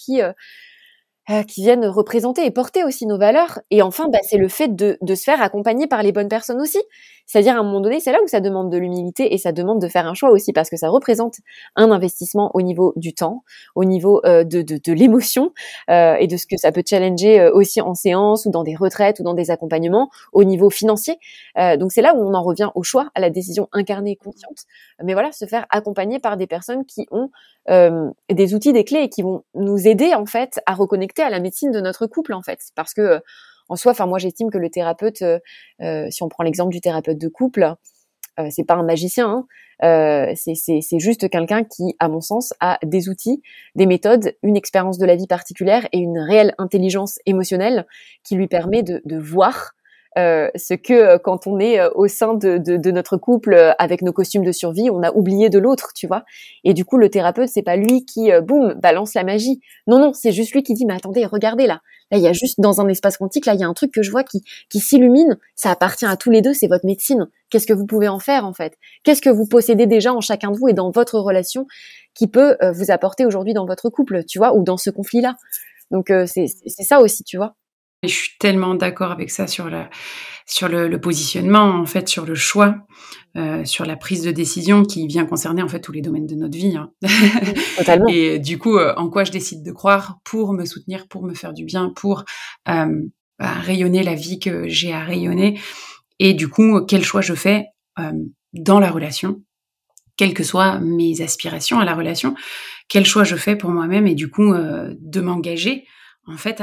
qui viennent représenter et porter aussi nos valeurs. Et enfin, c'est le fait de se faire accompagner par les bonnes personnes aussi. C'est-à-dire, à un moment donné, c'est là où ça demande de l'humilité et ça demande de faire un choix aussi, parce que ça représente un investissement au niveau du temps, au niveau de l'émotion, et de ce que ça peut challenger aussi en séance ou dans des retraites ou dans des accompagnements, au niveau financier. Donc c'est là où on en revient au choix, à la décision incarnée et consciente. Mais voilà, se faire accompagner par des personnes qui ont des outils, des clés, et qui vont nous aider en fait à reconnecter à la médecine de notre couple en fait. Parce que en soi, enfin moi j'estime que le thérapeute, si on prend l'exemple du thérapeute de couple, c'est pas un magicien, hein. C'est juste quelqu'un qui, à mon sens, a des outils, des méthodes, une expérience de la vie particulière et une réelle intelligence émotionnelle qui lui permet de voir ce que quand on est au sein de notre couple avec nos costumes de survie, on a oublié de l'autre, tu vois. Et du coup, le thérapeute, c'est pas lui qui, boum, balance la magie. Non, c'est juste lui qui dit, mais attendez, regardez là. Là, il y a juste dans un espace quantique, là, il y a un truc que je vois qui s'illumine. Ça appartient à tous les deux, c'est votre médecine. Qu'est-ce que vous pouvez en faire, en fait? Qu'est-ce que vous possédez déjà en chacun de vous et dans votre relation qui peut vous apporter aujourd'hui dans votre couple, tu vois, ou dans ce conflit-là? Donc, c'est ça aussi, tu vois. Et je suis tellement d'accord avec ça sur le positionnement, en fait, sur le choix, sur la prise de décision qui vient concerner, en fait, tous les domaines de notre vie, hein. Totalement. Et du coup, en quoi je décide de croire pour me soutenir, pour me faire du bien, pour rayonner la vie que j'ai à rayonner. Et du coup, quel choix je fais dans la relation, quelles que soient mes aspirations à la relation, quel choix je fais pour moi-même, et du coup, de m'engager en fait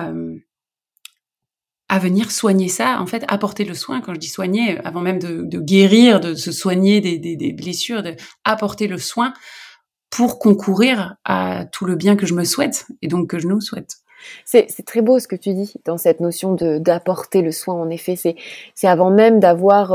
à venir soigner ça, en fait, apporter le soin. Quand je dis soigner, avant même de guérir, de se soigner des blessures, apporter le soin pour concourir à tout le bien que je me souhaite et donc que je nous souhaite. C'est très beau ce que tu dis dans cette notion d'apporter le soin. En effet, c'est avant même d'avoir,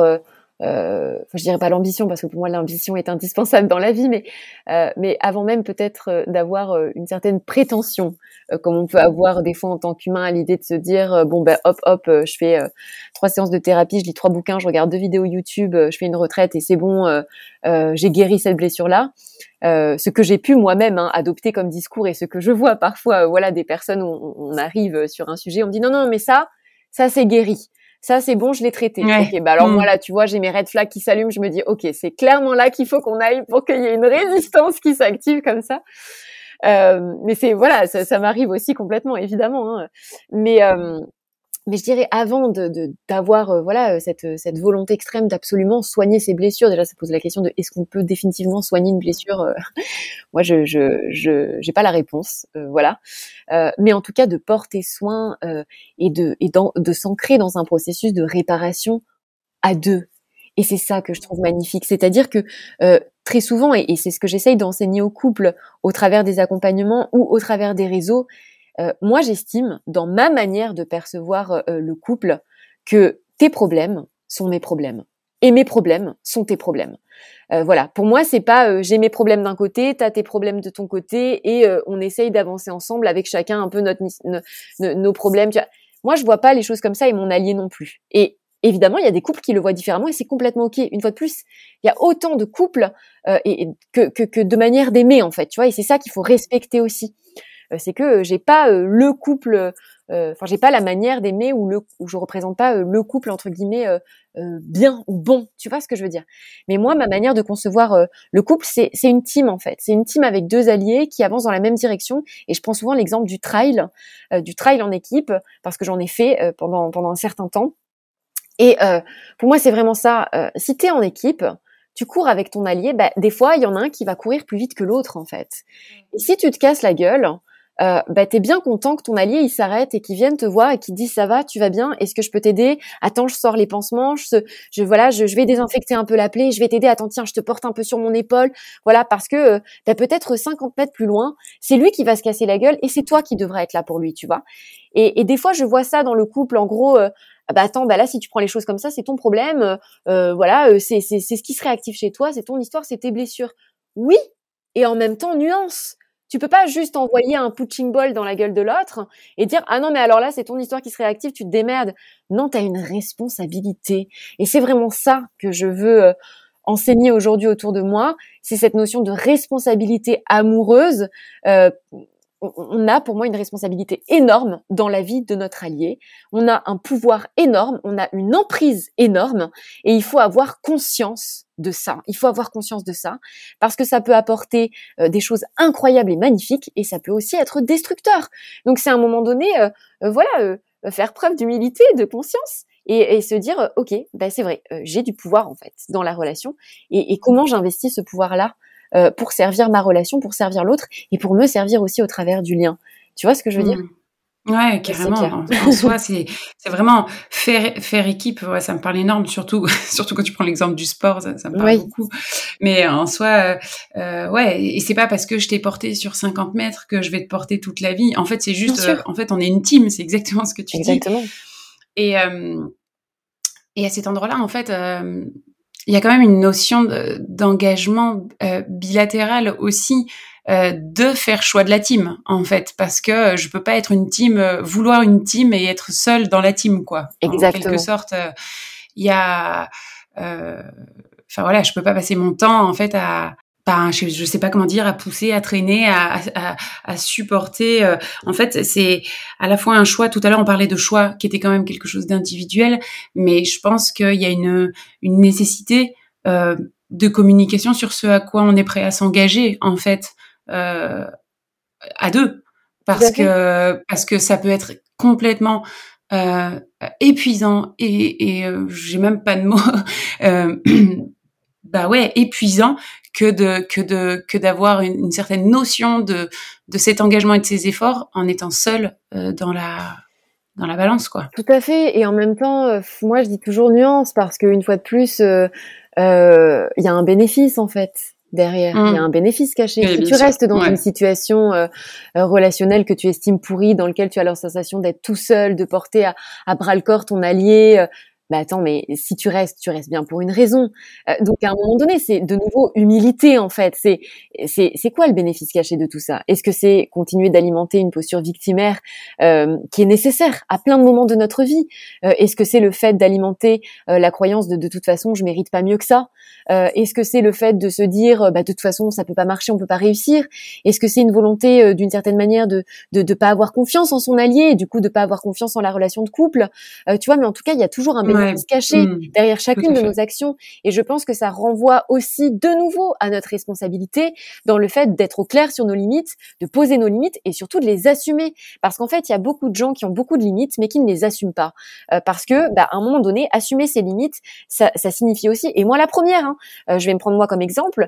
je dirais pas l'ambition, parce que pour moi l'ambition est indispensable dans la vie, mais avant même peut-être d'avoir une certaine prétention, comme on peut avoir des fois en tant qu'humain, à l'idée de se dire bon ben hop, je fais 3 séances de thérapie, je lis 3 bouquins, je regarde 2 vidéos YouTube, je fais une retraite et c'est bon, j'ai guéri cette blessure-là. Ce que j'ai pu moi-même adopter comme discours, et ce que je vois parfois, voilà, des personnes où on arrive sur un sujet, on me dit non, mais ça c'est guéri. Ça, c'est bon, je l'ai traité. Ouais. Ok, bah alors moi là, tu vois, j'ai mes red flags qui s'allument. Je me dis, ok, c'est clairement là qu'il faut qu'on aille pour qu'il y ait une résistance qui s'active comme ça. Mais c'est voilà, ça m'arrive aussi complètement, évidemment. Mais je dirais avant d'avoir voilà cette volonté extrême d'absolument soigner ses blessures. Déjà, ça pose la question de est-ce qu'on peut définitivement soigner une blessure. Moi, je j'ai pas la réponse, voilà. Mais en tout cas, de porter soin et de s'ancrer dans un processus de réparation à deux. Et c'est ça que je trouve magnifique. C'est-à-dire que très souvent, et c'est ce que j'essaye d'enseigner aux couples au travers des accompagnements ou au travers des réseaux, moi j'estime, dans ma manière de percevoir le couple, que tes problèmes sont mes problèmes. Et mes problèmes sont tes problèmes. Voilà, pour moi, c'est pas j'ai mes problèmes d'un côté, t'as tes problèmes de ton côté, et on essaye d'avancer ensemble avec chacun un peu nos problèmes. Tu vois. Moi, je vois pas les choses comme ça, et mon allié non plus. Et évidemment, il y a des couples qui le voient différemment, et c'est complètement ok. Une fois de plus, il y a autant de couples que de manière d'aimer, en fait. Tu vois, et c'est ça qu'il faut respecter aussi. C'est que j'ai pas le couple, j'ai pas la manière d'aimer où je représente pas le couple entre guillemets bien ou bon. Tu vois ce que je veux dire? Mais moi, ma manière de concevoir le couple, c'est une team en fait. C'est une team avec 2 alliés qui avancent dans la même direction. Et je prends souvent l'exemple du trail en équipe, parce que j'en ai fait pendant un certain temps. Et pour moi, c'est vraiment ça. Si t'es en équipe, tu cours avec ton allié, bah, des fois, il y en a un qui va courir plus vite que l'autre, en fait. Et si tu te casses la gueule, bah, t'es bien content que ton allié, il s'arrête et qu'il vienne te voir et qu'il te dise, ça va, tu vas bien, est-ce que je peux t'aider? Attends, je sors les pansements, je vais désinfecter un peu la plaie, je vais t'aider, attends, tiens, je te porte un peu sur mon épaule, voilà, parce que, bah, peut-être 50 mètres plus loin, c'est lui qui va se casser la gueule et c'est toi qui devras être là pour lui, tu vois. Et des fois, je vois ça dans le couple, en gros, bah attends, bah là si tu prends les choses comme ça, c'est ton problème. Voilà, c'est ce qui se réactive chez toi, c'est ton histoire, c'est tes blessures. Oui, et en même temps nuance. Tu peux pas juste envoyer un punching ball dans la gueule de l'autre et dire ah non mais alors là c'est ton histoire qui se réactive, tu te démerdes. Non, t'as une responsabilité. Et c'est vraiment ça que je veux enseigner aujourd'hui autour de moi. C'est cette notion de responsabilité amoureuse. On a pour moi une responsabilité énorme dans la vie de notre allié. On a un pouvoir énorme, on a une emprise énorme, et il faut avoir conscience de ça. Il faut avoir conscience de ça parce que ça peut apporter des choses incroyables et magnifiques, et ça peut aussi être destructeur. Donc c'est à un moment donné, faire preuve d'humilité, de conscience. Et se dire ok, bah c'est vrai, j'ai du pouvoir en fait dans la relation, et comment j'investis ce pouvoir-là pour servir ma relation, pour servir l'autre, et pour me servir aussi au travers du lien. Tu vois ce que je veux dire? Ouais, carrément. En soi, c'est vraiment faire équipe. Ouais, ça me parle énorme, surtout quand tu prends l'exemple du sport, ça me parle beaucoup. Mais en soi, ouais, et c'est pas parce que je t'ai porté sur 50 mètres que je vais te porter toute la vie. En fait, c'est juste, en fait, on est une team. C'est exactement ce que tu dis. Et à cet endroit-là, en fait, il y a quand même une notion d'engagement bilatéral aussi, de faire choix de la team, en fait, parce que je peux pas être une team, vouloir une team et être seule dans la team, quoi. Exactement. En quelque sorte, il y a, enfin voilà, je peux pas passer mon temps, en fait, je sais pas comment dire, à pousser, à traîner, à supporter. En fait, c'est à la fois un choix. Tout à l'heure, on parlait de choix qui était quand même quelque chose d'individuel, mais je pense qu'il y a une nécessité de communication sur ce à quoi on est prêt à s'engager, en fait, à deux, parce que ça peut être complètement épuisant et j'ai même pas de mots. Bah ouais, épuisant que d'avoir une certaine notion de cet engagement et de ces efforts en étant seul dans la balance, quoi. Tout à fait. Et en même temps, moi, je dis toujours nuance parce qu'une fois de plus, il y a un bénéfice en fait derrière. Il y a un bénéfice caché. Oui, Si bien tu sûr. restes dans une Ouais. situation relationnelle que tu estimes pourrie, dans lequel tu as la sensation d'être tout seul, de porter à bras le corps ton allié, bah attends, mais si tu restes bien pour une raison. Donc à un moment donné, c'est de nouveau humilité en fait. C'est quoi le bénéfice caché de tout ça? Est-ce que c'est continuer d'alimenter une posture victimaire qui est nécessaire à plein de moments de notre vie? Est-ce que c'est le fait d'alimenter la croyance de toute façon je mérite pas mieux que ça? Est-ce que c'est le fait de se dire bah de toute façon ça peut pas marcher, on peut pas réussir? Est-ce que c'est une volonté d'une certaine manière de pas avoir confiance en son allié et du coup de pas avoir confiance en la relation de couple? Tu vois, mais en tout cas, il y a toujours un Ouais. bénéfice caché derrière Tout chacune à de fait. nos actions et je pense que ça renvoie aussi de nouveau à notre responsabilité dans le fait d'être au clair sur nos limites, de poser nos limites et surtout de les assumer parce qu'en fait, il y a beaucoup de gens qui ont beaucoup de limites mais qui ne les assument pas parce que à un moment donné, assumer ses limites, ça signifie aussi et moi la première je vais me prendre moi comme exemple.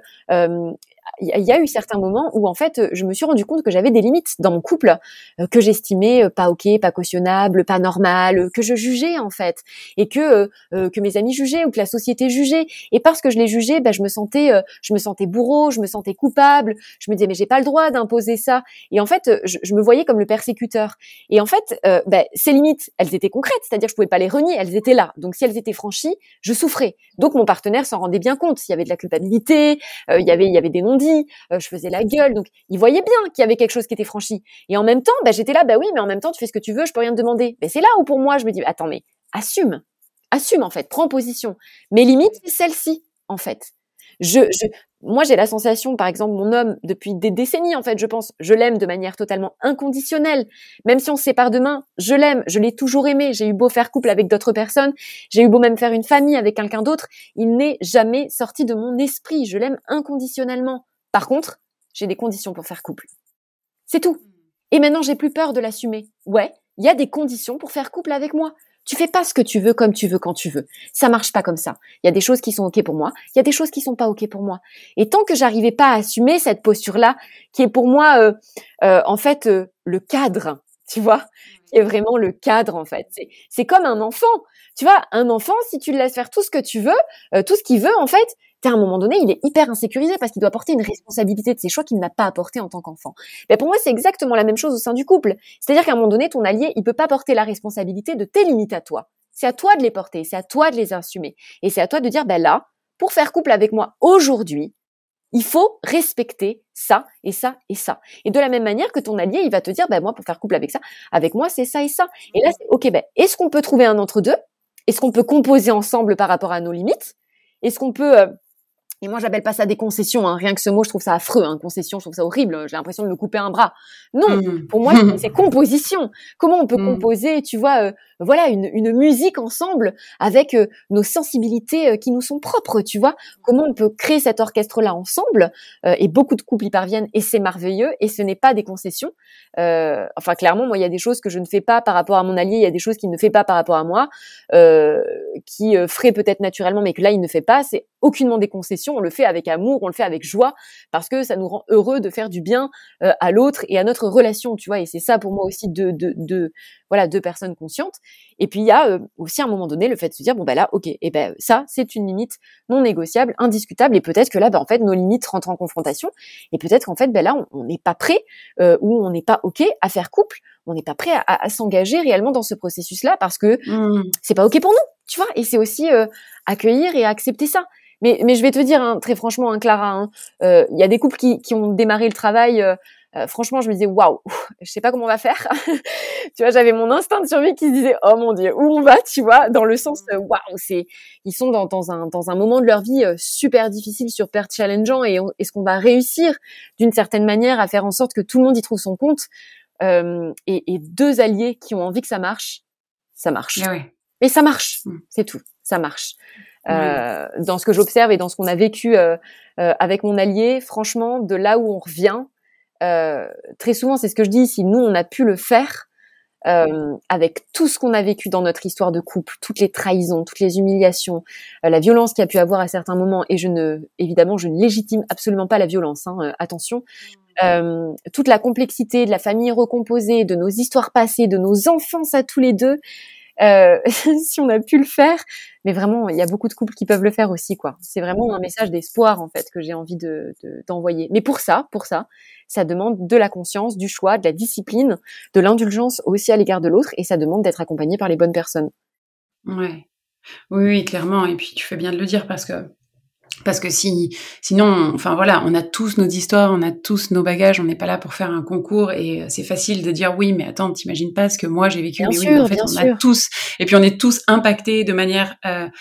Il y a eu certains moments où en fait je me suis rendu compte que j'avais des limites dans mon couple que j'estimais pas ok, pas cautionnables, pas normales, que je jugeais en fait et que mes amis jugeaient ou que la société jugeait et parce que je les jugeais, je me sentais bourreau, je me sentais coupable, je me disais mais j'ai pas le droit d'imposer ça et en fait je me voyais comme le persécuteur et en fait ces limites elles étaient concrètes, c'est-à-dire que je pouvais pas les renier, elles étaient là donc si elles étaient franchies, je souffrais donc mon partenaire s'en rendait bien compte, il y avait de la culpabilité, il y avait des non-dits, je faisais la gueule, donc il voyait bien qu'il y avait quelque chose qui était franchi. Et en même temps, j'étais là, oui, mais en même temps, tu fais ce que tu veux, je peux rien te demander. Mais c'est là où pour moi, je me dis, attends, mais assume en fait, prends position. Mes limites, c'est celle-ci, en fait. Moi, j'ai la sensation, par exemple, mon homme, depuis des décennies, en fait, je pense, je l'aime de manière totalement inconditionnelle. Même si on se sépare demain, je l'aime, je l'ai toujours aimé. J'ai eu beau faire couple avec d'autres personnes, j'ai eu beau même faire une famille avec quelqu'un d'autre, il n'est jamais sorti de mon esprit. Je l'aime inconditionnellement. Par contre, j'ai des conditions pour faire couple. C'est tout. Et maintenant, j'ai plus peur de l'assumer. Ouais, il y a des conditions pour faire couple avec moi. Tu fais pas ce que tu veux comme tu veux quand tu veux. Ça marche pas comme ça. Il y a des choses qui sont ok pour moi, il y a des choses qui sont pas ok pour moi. Et tant que j'arrivais pas à assumer cette posture-là, qui est pour moi en fait le cadre, tu vois, qui est vraiment le cadre en fait. C'est comme un enfant. Tu vois, un enfant, si tu le laisses faire tout ce que tu veux, tout ce qu'il veut en fait, à un moment donné, il est hyper insécurisé parce qu'il doit porter une responsabilité de ses choix qu'il n'a pas apporté en tant qu'enfant. Mais pour moi, c'est exactement la même chose au sein du couple. C'est-à-dire qu'à un moment donné, ton allié, il peut pas porter la responsabilité de tes limites à toi. C'est à toi de les porter, c'est à toi de les assumer. Et c'est à toi de dire, là, pour faire couple avec moi aujourd'hui, il faut respecter ça et ça et ça. Et de la même manière que ton allié, il va te dire, moi, pour faire couple avec moi, c'est ça et ça. Et là, c'est, ok, est-ce qu'on peut trouver un entre-deux? Est-ce qu'on peut composer ensemble par rapport à nos limites? Est-ce qu'on peut et moi, j'appelle pas ça des concessions. Rien que ce mot, je trouve ça affreux. Concession, je trouve ça horrible. J'ai l'impression de me couper un bras. Non, pour moi, c'est composition. Comment on peut composer, tu vois, voilà, une musique ensemble avec nos sensibilités qui nous sont propres, tu vois. Comment on peut créer cet orchestre-là ensemble et beaucoup de couples y parviennent et c'est merveilleux et ce n'est pas des concessions. Enfin, clairement, moi, il y a des choses que je ne fais pas par rapport à mon allié, il y a des choses qu'il ne fait pas par rapport à moi, qui ferait peut-être naturellement, mais que là, il ne fait pas. C'est aucunement des concessions. On le fait avec amour, on le fait avec joie, parce que ça nous rend heureux de faire du bien à l'autre et à notre relation, tu vois. Et c'est ça pour moi aussi voilà, deux personnes conscientes. Et puis il y a aussi à un moment donné le fait de se dire là, ok, et ça c'est une limite non négociable, indiscutable. Et peut-être que là, en fait, nos limites rentrent en confrontation. Et peut-être qu'en fait, là, on n'est pas prêt ou on n'est pas ok à faire couple. On n'est pas prêt à s'engager réellement dans ce processus-là parce que c'est pas ok pour nous, tu vois. Et c'est aussi accueillir et accepter ça. Mais je vais te dire très franchement, Clara, il y a des couples qui ont démarré le travail. Franchement, je me disais waouh, je sais pas comment on va faire. Tu vois, j'avais mon instinct de survie qui se disait oh mon Dieu, où on va, tu vois, dans le sens waouh, ils sont dans un moment de leur vie super difficile, super challengeant et est-ce qu'on va réussir d'une certaine manière à faire en sorte que tout le monde y trouve son compte et deux alliés qui ont envie que ça marche. Ouais. Mais ça marche, c'est tout, ça marche. Dans ce que j'observe et dans ce qu'on a vécu avec mon allié, franchement, de là où on revient, très souvent, c'est ce que je dis, si nous, on a pu le faire, avec tout ce qu'on a vécu dans notre histoire de couple, toutes les trahisons, toutes les humiliations, la violence qu'il y a pu avoir à certains moments, et évidemment, je ne légitime absolument pas la violence, attention, toute la complexité de la famille recomposée, de nos histoires passées, de nos enfances à tous les deux, si on a pu le faire, mais vraiment, il y a beaucoup de couples qui peuvent le faire aussi, quoi. C'est vraiment un message d'espoir, en fait, que j'ai envie d'envoyer. Mais pour ça, ça demande de la conscience, du choix, de la discipline, de l'indulgence aussi à l'égard de l'autre, et ça demande d'être accompagné par les bonnes personnes. Ouais. Oui, clairement. Et puis tu fais bien de le dire parce que sinon, enfin voilà, on a tous nos histoires, on a tous nos bagages, on n'est pas là pour faire un concours et c'est facile de dire oui, mais attends, t'imagines pas ce que moi j'ai vécu, Bien mais oui, sûr, mais en fait bien on sûr. a tous, et puis on est tous impactés de manière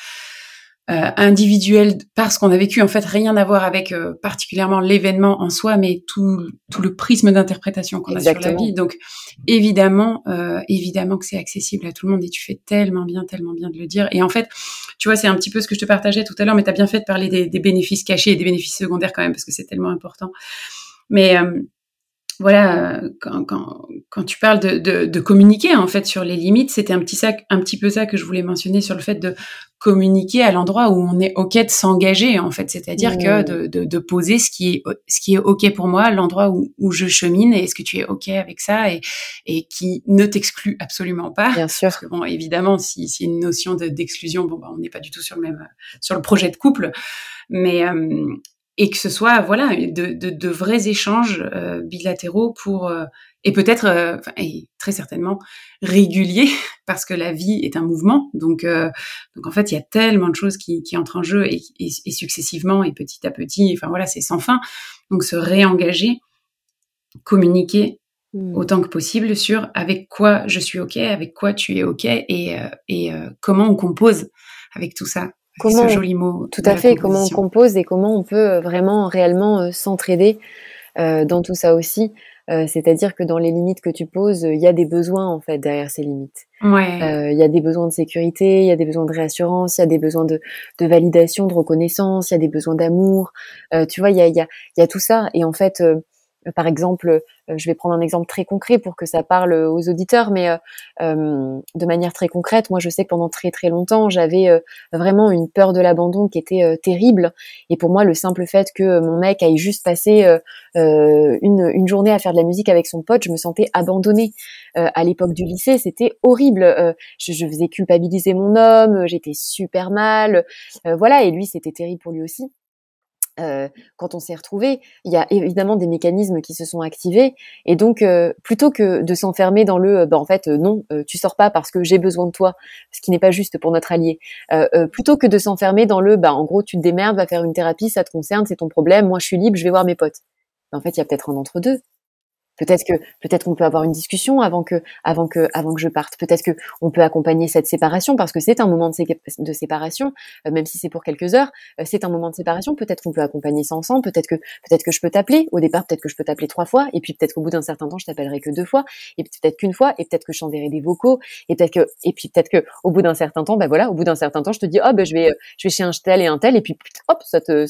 individuelle par ce qu'on a vécu. En fait, rien à voir avec particulièrement l'événement en soi, mais tout le prisme d'interprétation qu'on a sur la vie. Donc évidemment que c'est accessible à tout le monde et tu fais tellement bien de le dire. Et en fait, tu vois, c'est un petit peu ce que je te partageais tout à l'heure, mais tu as bien fait de parler des bénéfices cachés et des bénéfices secondaires quand même, parce que c'est tellement important. Mais voilà, quand tu parles de communiquer en fait sur les limites, c'était un petit peu ça que je voulais mentionner sur le fait de communiquer à l'endroit où on est ok de s'engager en fait, c'est-à-dire que de poser ce qui est ok pour moi, l'endroit où je chemine, et est-ce que tu es ok avec ça, et qui ne t'exclut absolument pas. Bien sûr. Parce que bon, évidemment, si une notion d'exclusion, bon, on n'est pas du tout sur le projet de couple, mais et que ce soit voilà de vrais échanges bilatéraux pour et peut-être et très certainement réguliers parce que la vie est un mouvement, donc en fait il y a tellement de choses qui entrent en jeu et successivement et petit à petit, enfin voilà, c'est sans fin. Donc se réengager, communiquer autant que possible sur avec quoi je suis ok, avec quoi tu es ok, et comment on compose avec tout ça. Ce joli mot. Tout à fait, comment on compose et comment on peut vraiment, réellement s'entraider dans tout ça aussi. C'est-à-dire que dans les limites que tu poses, il y a des besoins en fait derrière ces limites. Ouais. Il y a des besoins de sécurité, il y a des besoins de réassurance, il y a des besoins de validation, de reconnaissance, il y a des besoins d'amour. Tu vois, il y a tout ça. Et en fait, par exemple, je vais prendre un exemple très concret pour que ça parle aux auditeurs, mais de manière très concrète, moi je sais que pendant très très longtemps, j'avais vraiment une peur de l'abandon qui était terrible. Et pour moi, le simple fait que mon mec aille juste passer une journée à faire de la musique avec son pote, je me sentais abandonnée. À l'époque du lycée, c'était horrible. Je faisais culpabiliser mon homme, j'étais super mal. Voilà, et lui, c'était terrible pour lui aussi. Quand on s'est retrouvés, il y a évidemment des mécanismes qui se sont activés, et donc plutôt que de s'enfermer dans le en fait non, tu sors pas parce que j'ai besoin de toi, ce qui n'est pas juste pour notre allié, plutôt que de s'enfermer dans le en gros tu te démerdes, va faire une thérapie, ça te concerne, c'est ton problème, moi je suis libre, je vais voir mes potes. En fait, il y a peut-être un entre-deux. Peut-être qu'on peut avoir une discussion avant que je parte. Peut-être que on peut accompagner cette séparation parce que c'est un moment de séparation, même si c'est pour quelques heures, c'est un moment de séparation. Peut-être qu'on peut accompagner ça ensemble. Peut-être que je peux t'appeler. Au départ, peut-être que je peux t'appeler 3 fois, et puis peut-être qu'au bout d'un certain temps, je t'appellerai que 2 fois, et peut-être qu'une fois, et peut-être que je t'enverrai des vocaux, et peut-être que au bout d'un certain temps, au bout d'un certain temps, je te dis je vais chez un tel et un tel, et puis hop,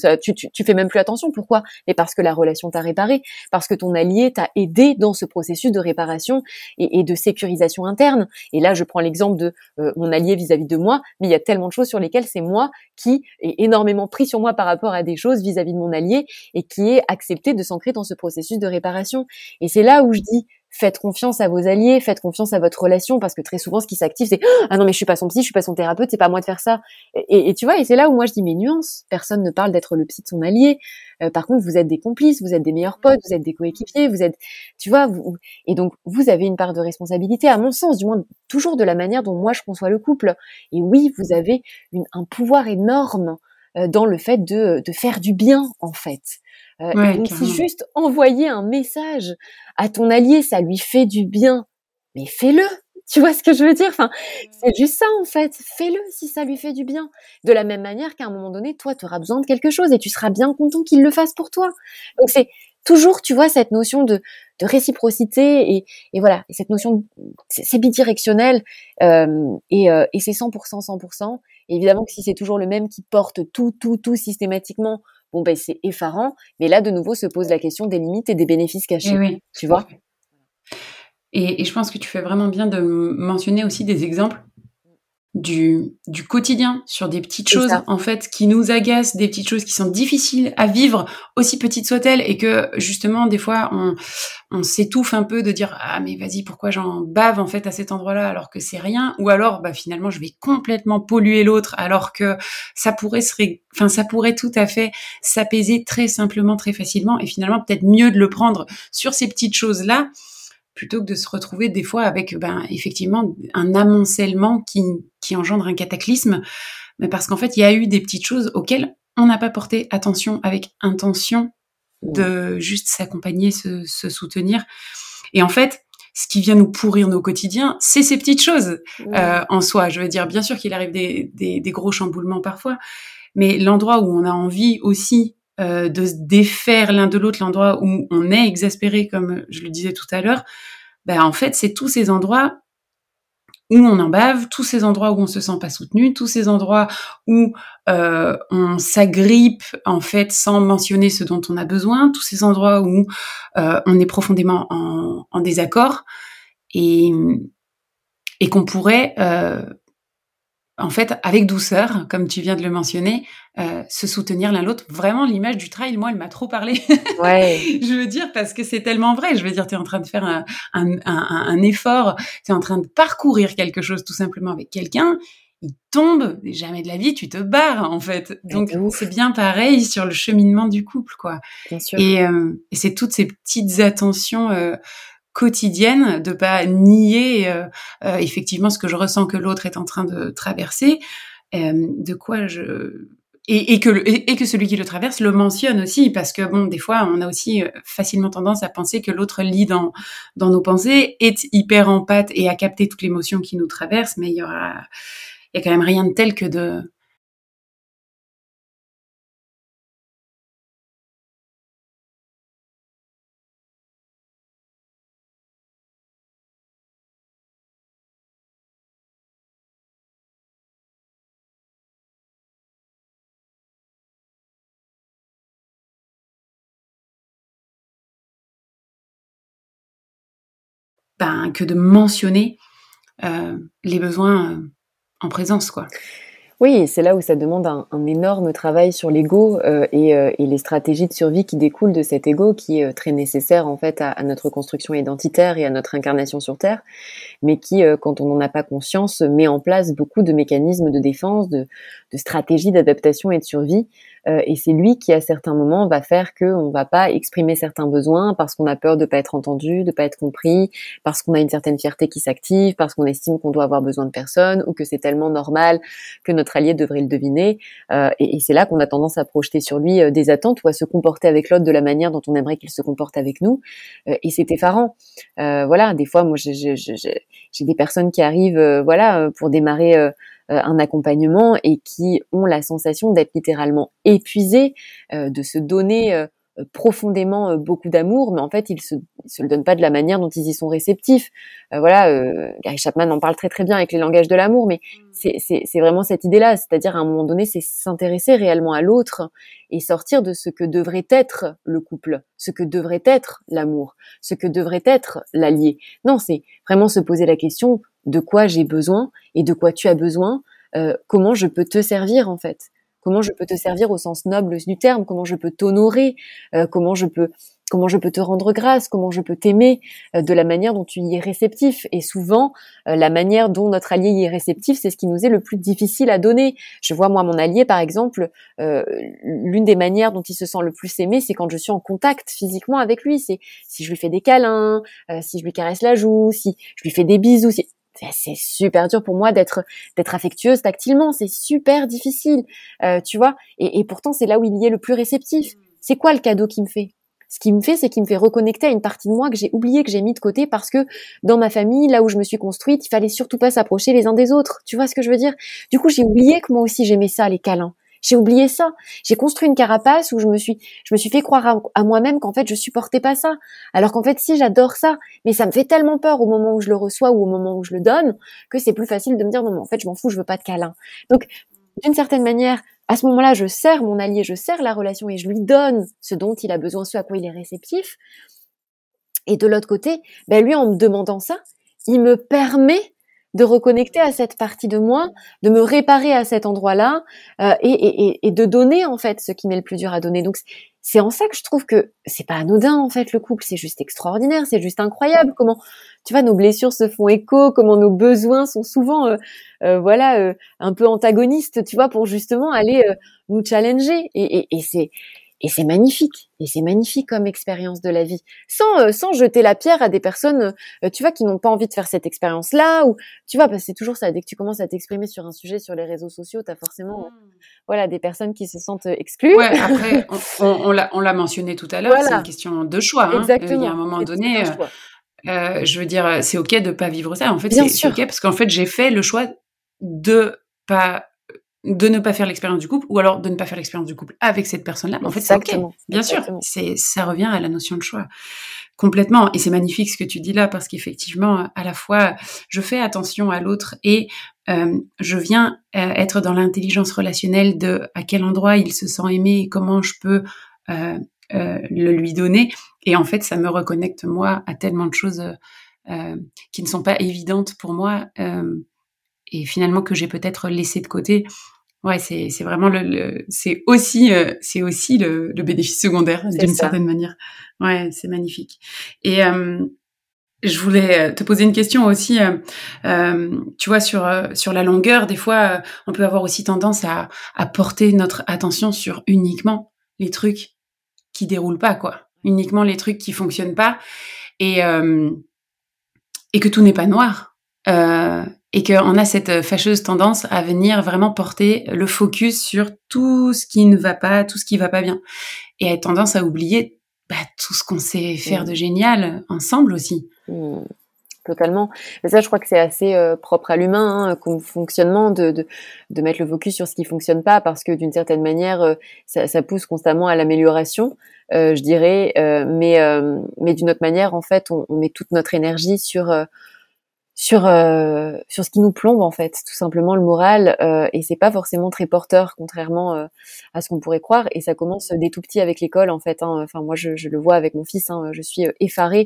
tu fais même plus attention. Pourquoi? Mais parce que la relation t'a réparé, parce que ton allié t'a aidé dans ce processus de réparation et de sécurisation interne. Et là, je prends l'exemple de mon allié vis-à-vis de moi, mais il y a tellement de choses sur lesquelles c'est moi qui ai énormément pris sur moi par rapport à des choses vis-à-vis de mon allié, et qui ai accepté de s'ancrer dans ce processus de réparation. Et c'est là où je dis, faites confiance à vos alliés, faites confiance à votre relation, parce que très souvent, ce qui s'active, c'est ah non mais je suis pas son psy, je suis pas son thérapeute, c'est pas à moi de faire ça. Et tu vois, et c'est là où moi je dis, mais nuance, personne ne parle d'être le psy de son allié. Par contre, vous êtes des complices, vous êtes des meilleurs potes, vous êtes des coéquipiers, vous êtes, tu vois, et donc vous avez une part de responsabilité, à mon sens, du moins toujours de la manière dont moi je conçois le couple. Et oui, vous avez un pouvoir énorme dans le fait de faire du bien, en fait. Et donc, si juste envoyer un message à ton allié, ça lui fait du bien, mais fais-le. Tu vois ce que je veux dire? Enfin, c'est juste ça, en fait. Fais-le si ça lui fait du bien. De la même manière qu'à un moment donné, toi, tu auras besoin de quelque chose et tu seras bien content qu'il le fasse pour toi. Donc, c'est toujours, tu vois, cette notion de réciprocité, et voilà. Et cette notion, c'est bidirectionnel, et c'est 100%, 100%. Et évidemment que si c'est toujours le même qui porte tout systématiquement, c'est effarant. Mais là, de nouveau, se pose la question des limites et des bénéfices cachés. Oui, tu vois? Et je pense que tu fais vraiment bien de mentionner aussi des exemples du quotidien, sur des petites C'est choses, ça. en fait, qui nous agacent, des petites choses qui sont difficiles à vivre, aussi petites soient-elles, et que justement, des fois, on s'étouffe un peu de dire ah mais vas-y, pourquoi j'en bave en fait à cet endroit-là alors que c'est rien, ou alors bah finalement je vais complètement polluer l'autre alors que ça pourrait tout à fait s'apaiser très simplement, très facilement, et finalement peut-être mieux de le prendre sur ces petites choses-là plutôt que de se retrouver des fois avec effectivement un amoncellement qui engendre un cataclysme, mais parce qu'en fait il y a eu des petites choses auxquelles on n'a pas porté attention avec intention Mmh. de juste s'accompagner, se soutenir. Et en fait, ce qui vient nous pourrir nos quotidiens, c'est ces petites choses Mmh. en soi. Je veux dire, bien sûr qu'il arrive des gros chamboulements parfois, mais l'endroit où on a envie aussi de se défaire l'un de l'autre, l'endroit où on est exaspéré, comme je le disais tout à l'heure, ben en fait, c'est tous ces endroits où on en bave, tous ces endroits où on se sent pas soutenu, tous ces endroits où on s'agrippe en fait sans mentionner ce dont on a besoin, tous ces endroits où on est profondément en désaccord et, et qu'on pourrait en fait, avec douceur, comme tu viens de le mentionner, se soutenir l'un l'autre. Vraiment, l'image du trail, moi, elle m'a trop parlé. Ouais. Je veux dire, parce que c'est tellement vrai. Je veux dire, tu es en train de faire un effort, tu es en train de parcourir quelque chose tout simplement avec quelqu'un, il tombe, jamais de la vie, tu te barres, en fait. Mais de Donc, c'est ouf, bien pareil sur le cheminement du couple, quoi. bien sûr. Et c'est toutes ces petites attentions quotidienne, de pas nier effectivement ce que je ressens que l'autre est en train de traverser, de quoi je et que celui qui le traverse le mentionne aussi, parce que bon, des fois, on a aussi facilement tendance à penser que l'autre lit dans nos pensées, est hyper empathe et a capté toute l'émotion qui nous traverse, mais il y a quand même rien de tel que de que de mentionner les besoins en présence, quoi. Oui, c'est là où ça demande un énorme travail sur l'ego, et les stratégies de survie qui découlent de cet ego qui est, très nécessaire en fait à notre construction identitaire et à notre incarnation sur terre. Mais qui, quand on n'en a pas conscience, met en place beaucoup de mécanismes de défense, de stratégies d'adaptation et de survie. Et c'est lui qui, à certains moments, va faire qu'on va pas exprimer certains besoins parce qu'on a peur de pas être entendu, de pas être compris, parce qu'on a une certaine fierté qui s'active, parce qu'on estime qu'on doit avoir besoin de personne ou que c'est tellement normal que notre allié devrait le deviner. Et c'est là qu'on a tendance à projeter sur lui des attentes ou à se comporter avec l'autre de la manière dont on aimerait qu'il se comporte avec nous. Et c'est effarant. Voilà, des fois, moi, j'ai des personnes qui arrivent, voilà, pour démarrer un accompagnement et qui ont la sensation d'être littéralement épuisées, de se donner profondément beaucoup d'amour, mais en fait, ils se le donnent pas de la manière dont ils y sont réceptifs. Voilà, Gary Chapman en parle très très bien avec les langages de l'amour, mais c'est vraiment cette idée-là, c'est-à-dire à un moment donné, c'est s'intéresser réellement à l'autre et sortir de ce que devrait être le couple, ce que devrait être l'amour, ce que devrait être l'allié. Non, c'est vraiment se poser la question de quoi j'ai besoin et de quoi tu as besoin, comment je peux te servir en fait. Comment je peux te servir au sens noble du terme, comment je peux t'honorer, comment je peux te rendre grâce, comment je peux t'aimer de la manière dont tu y es réceptif. Et souvent, la manière dont notre allié y est réceptif, c'est ce qui nous est le plus difficile à donner. Je vois moi mon allié par exemple, l'une des manières dont il se sent le plus aimé, c'est quand je suis en contact physiquement avec lui. C'est si je lui fais des câlins, si je lui caresse la joue, si je lui fais des bisous. C'est super dur pour moi d'être affectueuse tactilement, c'est super difficile, tu vois. Et pourtant c'est là où il y est le plus réceptif. C'est quoi le cadeau qu'il me fait? Ce qu'il me fait, c'est qu'il me fait reconnecter à une partie de moi que j'ai oubliée, que j'ai mis de côté parce que dans ma famille, là où je me suis construite, il fallait surtout pas s'approcher les uns des autres. Tu vois ce que je veux dire? Du coup, j'ai oublié que moi aussi j'aimais ça, les câlins. J'ai oublié ça. J'ai construit une carapace où je me suis fait croire à moi-même qu'en fait je supportais pas ça. Alors qu'en fait, si j'adore ça, mais ça me fait tellement peur au moment où je le reçois ou au moment où je le donne que c'est plus facile de me dire non, mais en fait, je m'en fous, je veux pas de câlin. Donc, d'une certaine manière, à ce moment-là, je sers mon allié, je sers la relation et je lui donne ce dont il a besoin, ce à quoi il est réceptif. Et de l'autre côté, lui, en me demandant ça, il me permet de reconnecter à cette partie de moi, de me réparer à cet endroit-là, et de donner en fait ce qui m'est le plus dur à donner. Donc c'est en ça que je trouve que c'est pas anodin en fait le couple, c'est juste extraordinaire, c'est juste incroyable comment tu vois nos blessures se font écho, comment nos besoins sont souvent un peu antagonistes, tu vois, pour justement aller nous challenger et c'est magnifique. Et c'est magnifique comme expérience de la vie. Sans jeter la pierre à des personnes, tu vois, qui n'ont pas envie de faire cette expérience-là. Ou, tu vois, parce que c'est toujours ça. Dès que tu commences à t'exprimer sur un sujet sur les réseaux sociaux, t'as forcément, voilà, des personnes qui se sentent exclues. Ouais, après, on l'a mentionné tout à l'heure, c'est une Voilà, question de choix. Hein. Il y a un exactement. moment C'est donné, un choix. je veux dire, c'est OK de pas vivre ça. En fait, Bien c'est OK sûr. parce qu'en fait, j'ai fait le choix de pas de ne pas faire l'expérience du couple ou alors de ne pas faire l'expérience du couple avec cette personne-là. En fait, c'est OK. Exactement. Bien sûr, Exactement. ça revient à la notion de choix. Complètement. Et c'est magnifique ce que tu dis là parce qu'effectivement, à la fois, je fais attention à l'autre et je viens être dans l'intelligence relationnelle de à quel endroit il se sent aimé et comment je peux le lui donner. Et en fait, ça me reconnecte moi à tellement de choses qui ne sont pas évidentes pour moi et finalement que j'ai peut-être laissé de côté. Ouais, c'est vraiment c'est aussi le bénéfice secondaire C'est d'une ça. certaine manière. Ouais, c'est magnifique. Et je voulais te poser une question aussi. Tu vois, sur la longueur, des fois, on peut avoir aussi tendance à porter notre attention sur uniquement les trucs qui déroulent pas, quoi. Uniquement les trucs qui fonctionnent pas, et et que tout n'est pas noir. Et qu'on a cette fâcheuse tendance à venir vraiment porter le focus sur tout ce qui ne va pas, tout ce qui va pas bien. Et à tendance à oublier tout ce qu'on sait faire de génial ensemble aussi. Totalement. Mais ça, je crois que c'est assez propre à l'humain, comme fonctionnement, de mettre le focus sur ce qui fonctionne pas, parce que d'une certaine manière, ça pousse constamment à l'amélioration, je dirais. Mais d'une autre manière, en fait, on met toute notre énergie sur ce qui nous plombe, en fait, tout simplement le moral, et c'est pas forcément très porteur, contrairement à ce qu'on pourrait croire. Et ça commence dès tout petit avec l'école, en fait. Enfin, moi, je le vois avec mon fils. Je suis effarée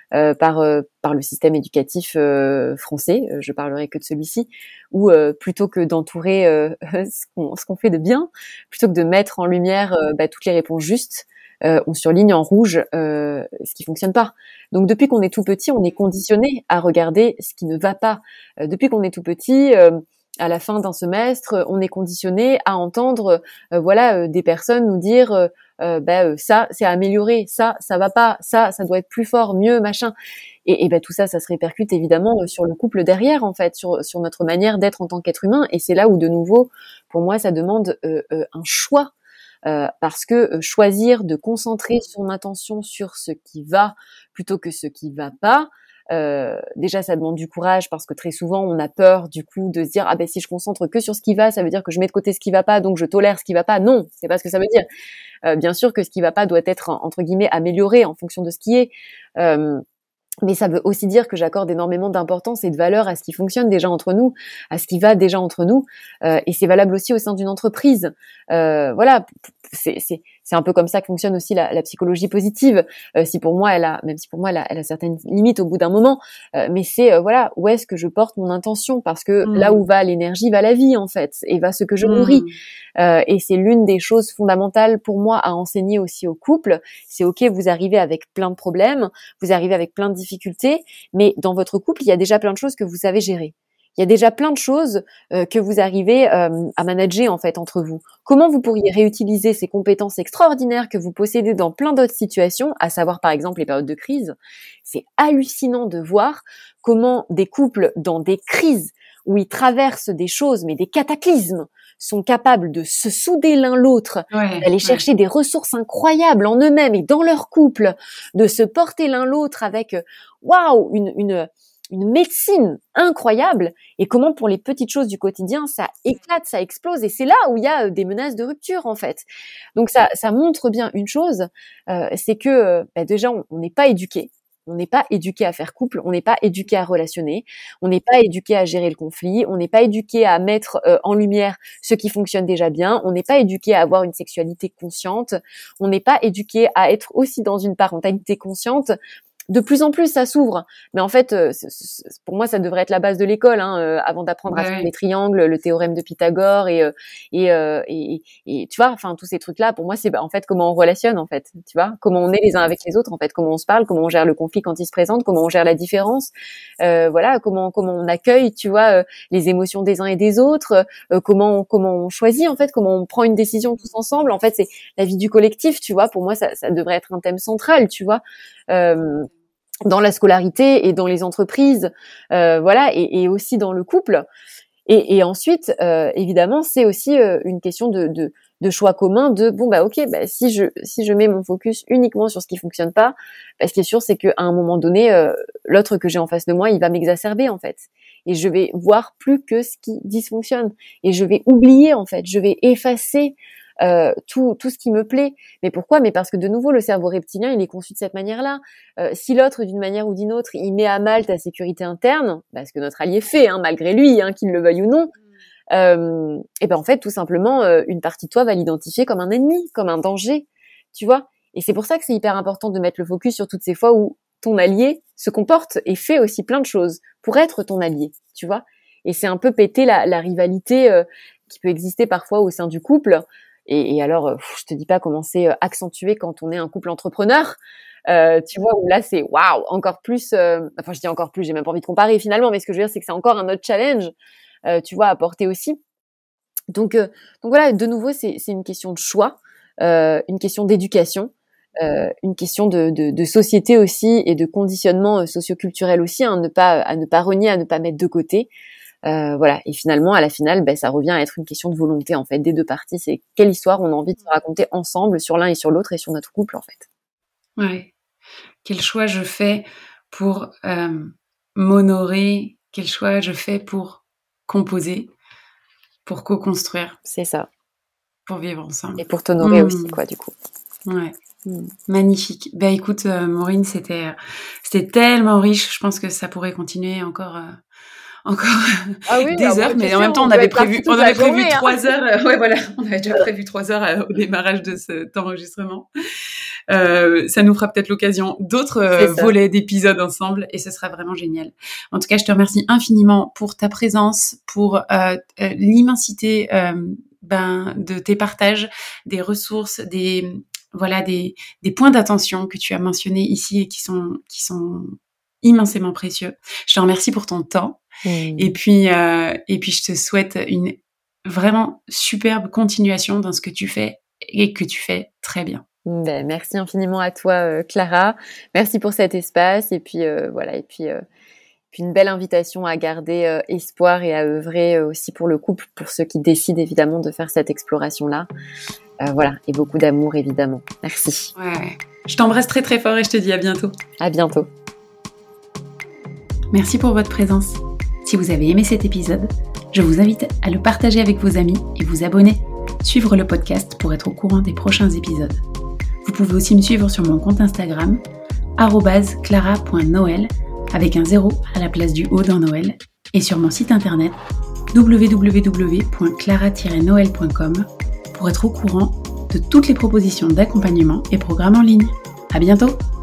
par le système éducatif français. Je parlerai que de celui-ci, où plutôt que d'entourer ce qu'on fait de bien, plutôt que de mettre en lumière toutes les réponses justes, on surligne en rouge ce qui fonctionne pas. Donc depuis qu'on est tout petit, on est conditionné à regarder ce qui ne va pas. Depuis qu'on est tout petit, à la fin d'un semestre, on est conditionné à entendre des personnes nous dire ça c'est à améliorer, ça va pas, ça doit être plus fort, mieux, machin. Et tout ça se répercute évidemment sur le couple derrière, en fait, sur notre manière d'être en tant qu'être humain. Et c'est là où, de nouveau, pour moi, ça demande un choix. Parce que choisir de concentrer son attention sur ce qui va plutôt que ce qui va pas, déjà ça demande du courage, parce que très souvent on a peur du coup de se dire si je concentre que sur ce qui va, ça veut dire que je mets de côté ce qui va pas, donc je tolère ce qui va pas. Non, c'est pas ce que ça veut dire. Bien sûr que ce qui va pas doit être entre guillemets amélioré en fonction de ce qui est. Mais ça veut aussi dire que j'accorde énormément d'importance et de valeur à ce qui fonctionne déjà entre nous, à ce qui va déjà entre nous, et c'est valable aussi au sein d'une entreprise. Voilà, c'est un peu comme ça que fonctionne aussi la psychologie positive. Même si pour moi elle a certaines limites au bout d'un moment, mais c'est où est-ce que je porte mon intention, parce que là où va l'énergie va la vie, en fait, et va ce que je nourris. Et c'est l'une des choses fondamentales pour moi à enseigner aussi au couple. C'est OK, vous arrivez avec plein de problèmes, vous arrivez avec plein de difficultés, mais dans votre couple, il y a déjà plein de choses que vous savez gérer. Il y a déjà plein de choses que vous arrivez à manager, en fait, entre vous. Comment vous pourriez réutiliser ces compétences extraordinaires que vous possédez dans plein d'autres situations, à savoir par exemple les périodes de crise. C'est hallucinant de voir comment des couples dans des crises où ils traversent des choses, mais des cataclysmes, sont capables de se souder l'un l'autre, d'aller chercher des ressources incroyables en eux-mêmes et dans leur couple, de se porter l'un l'autre avec une médecine incroyable, et comment pour les petites choses du quotidien, ça éclate, ça explose, et c'est là où il y a des menaces de rupture, en fait. Donc ça montre bien une chose, c'est que déjà, on n'est pas éduqué. On n'est pas éduqué à faire couple, on n'est pas éduqué à relationner, on n'est pas éduqué à gérer le conflit, on n'est pas éduqué à mettre en lumière ce qui fonctionne déjà bien, on n'est pas éduqué à avoir une sexualité consciente, on n'est pas éduqué à être aussi dans une parentalité consciente. de plus en plus, ça s'ouvre. Mais en fait, pour moi, ça devrait être la base de l'école, avant d'apprendre à faire les triangles, le théorème de Pythagore et tu vois, enfin tous ces trucs-là. Pour moi, c'est en fait comment on relationne, en fait, tu vois, comment on est les uns avec les autres, en fait, comment on se parle, comment on gère le conflit quand il se présente, comment on gère la différence, voilà, comment on accueille, tu vois, les émotions des uns et des autres, comment on choisit, en fait, comment on prend une décision tous ensemble. En fait, c'est la vie du collectif, tu vois. Pour moi, ça devrait être un thème central, tu vois. Dans la scolarité et dans les entreprises, voilà, et aussi dans le couple. Et ensuite, évidemment, c'est aussi une question de choix commun. De bon bah ok, bah si je mets mon focus uniquement sur ce qui fonctionne pas, bah, ce qui est sûr, c'est qu'à un moment donné, l'autre que j'ai en face de moi, il va m'exacerber en fait, et je vais voir plus que ce qui dysfonctionne, et je vais oublier en fait, je vais effacer tout ce qui me plaît. Mais pourquoi ? Mais parce que de nouveau, le cerveau reptilien, il est conçu de cette manière-là. Si l'autre, d'une manière ou d'une autre, il met à mal ta sécurité interne, parce que notre allié fait, malgré lui, qu'il le veuille ou non, et ben en fait, tout simplement, une partie de toi va l'identifier comme un ennemi, comme un danger, tu vois. Et c'est pour ça que c'est hyper important de mettre le focus sur toutes ces fois où ton allié se comporte et fait aussi plein de choses pour être ton allié, tu vois. Et c'est un peu péter la rivalité qui peut exister parfois au sein du couple. Et alors, je te dis pas comment c'est accentué quand on est un couple entrepreneur, tu vois, où là c'est waouh, encore plus. Enfin, je dis encore plus, j'ai même pas envie de comparer finalement, mais ce que je veux dire, c'est que c'est encore un autre challenge, tu vois, à porter aussi. Donc voilà, de nouveau, c'est une question de choix, une question d'éducation, une question de société aussi et de conditionnement socioculturel aussi, à ne pas renier, à ne pas mettre de côté. Voilà, et finalement, à la finale, ça revient à être une question de volonté, en fait, des deux parties. C'est quelle histoire on a envie de se raconter ensemble sur l'un et sur l'autre et sur notre couple, en fait. Ouais. Quel choix je fais pour m'honorer ? Quel choix je fais pour composer, pour co-construire ? C'est ça. Pour vivre ensemble. Et pour t'honorer aussi, quoi, du coup. Ouais. Magnifique. Bah écoute, Maureen, c'était tellement riche. Je pense que ça pourrait continuer encore des heures, mais en même temps, on avait prévu 3 heures. Ouais, voilà, on avait déjà prévu 3 heures au démarrage de cet enregistrement. Ça nous fera peut-être l'occasion d'autres volets d'épisodes ensemble, et ce sera vraiment génial. En tout cas, je te remercie infiniment pour ta présence, pour l'immensité de tes partages, des ressources, des points d'attention que tu as mentionnés ici et qui sont immensément précieux. Je te remercie pour ton temps. Et puis je te souhaite une vraiment superbe continuation dans ce que tu fais et que tu fais très bien. Merci infiniment à toi, Clara. Merci pour cet espace, et puis voilà, et puis une belle invitation à garder espoir et à œuvrer aussi pour le couple, pour ceux qui décident évidemment de faire cette exploration-là. Voilà, et beaucoup d'amour évidemment. Merci. Ouais. Je t'embrasse très très fort et je te dis à bientôt. À bientôt. Merci pour votre présence. Si vous avez aimé cet épisode, je vous invite à le partager avec vos amis et vous abonner. Suivre le podcast pour être au courant des prochains épisodes. Vous pouvez aussi me suivre sur mon compte Instagram @clara.noel avec un 0 à la place du O dans Noël, et sur mon site internet www.clara-noel.com pour être au courant de toutes les propositions d'accompagnement et programmes en ligne. À bientôt!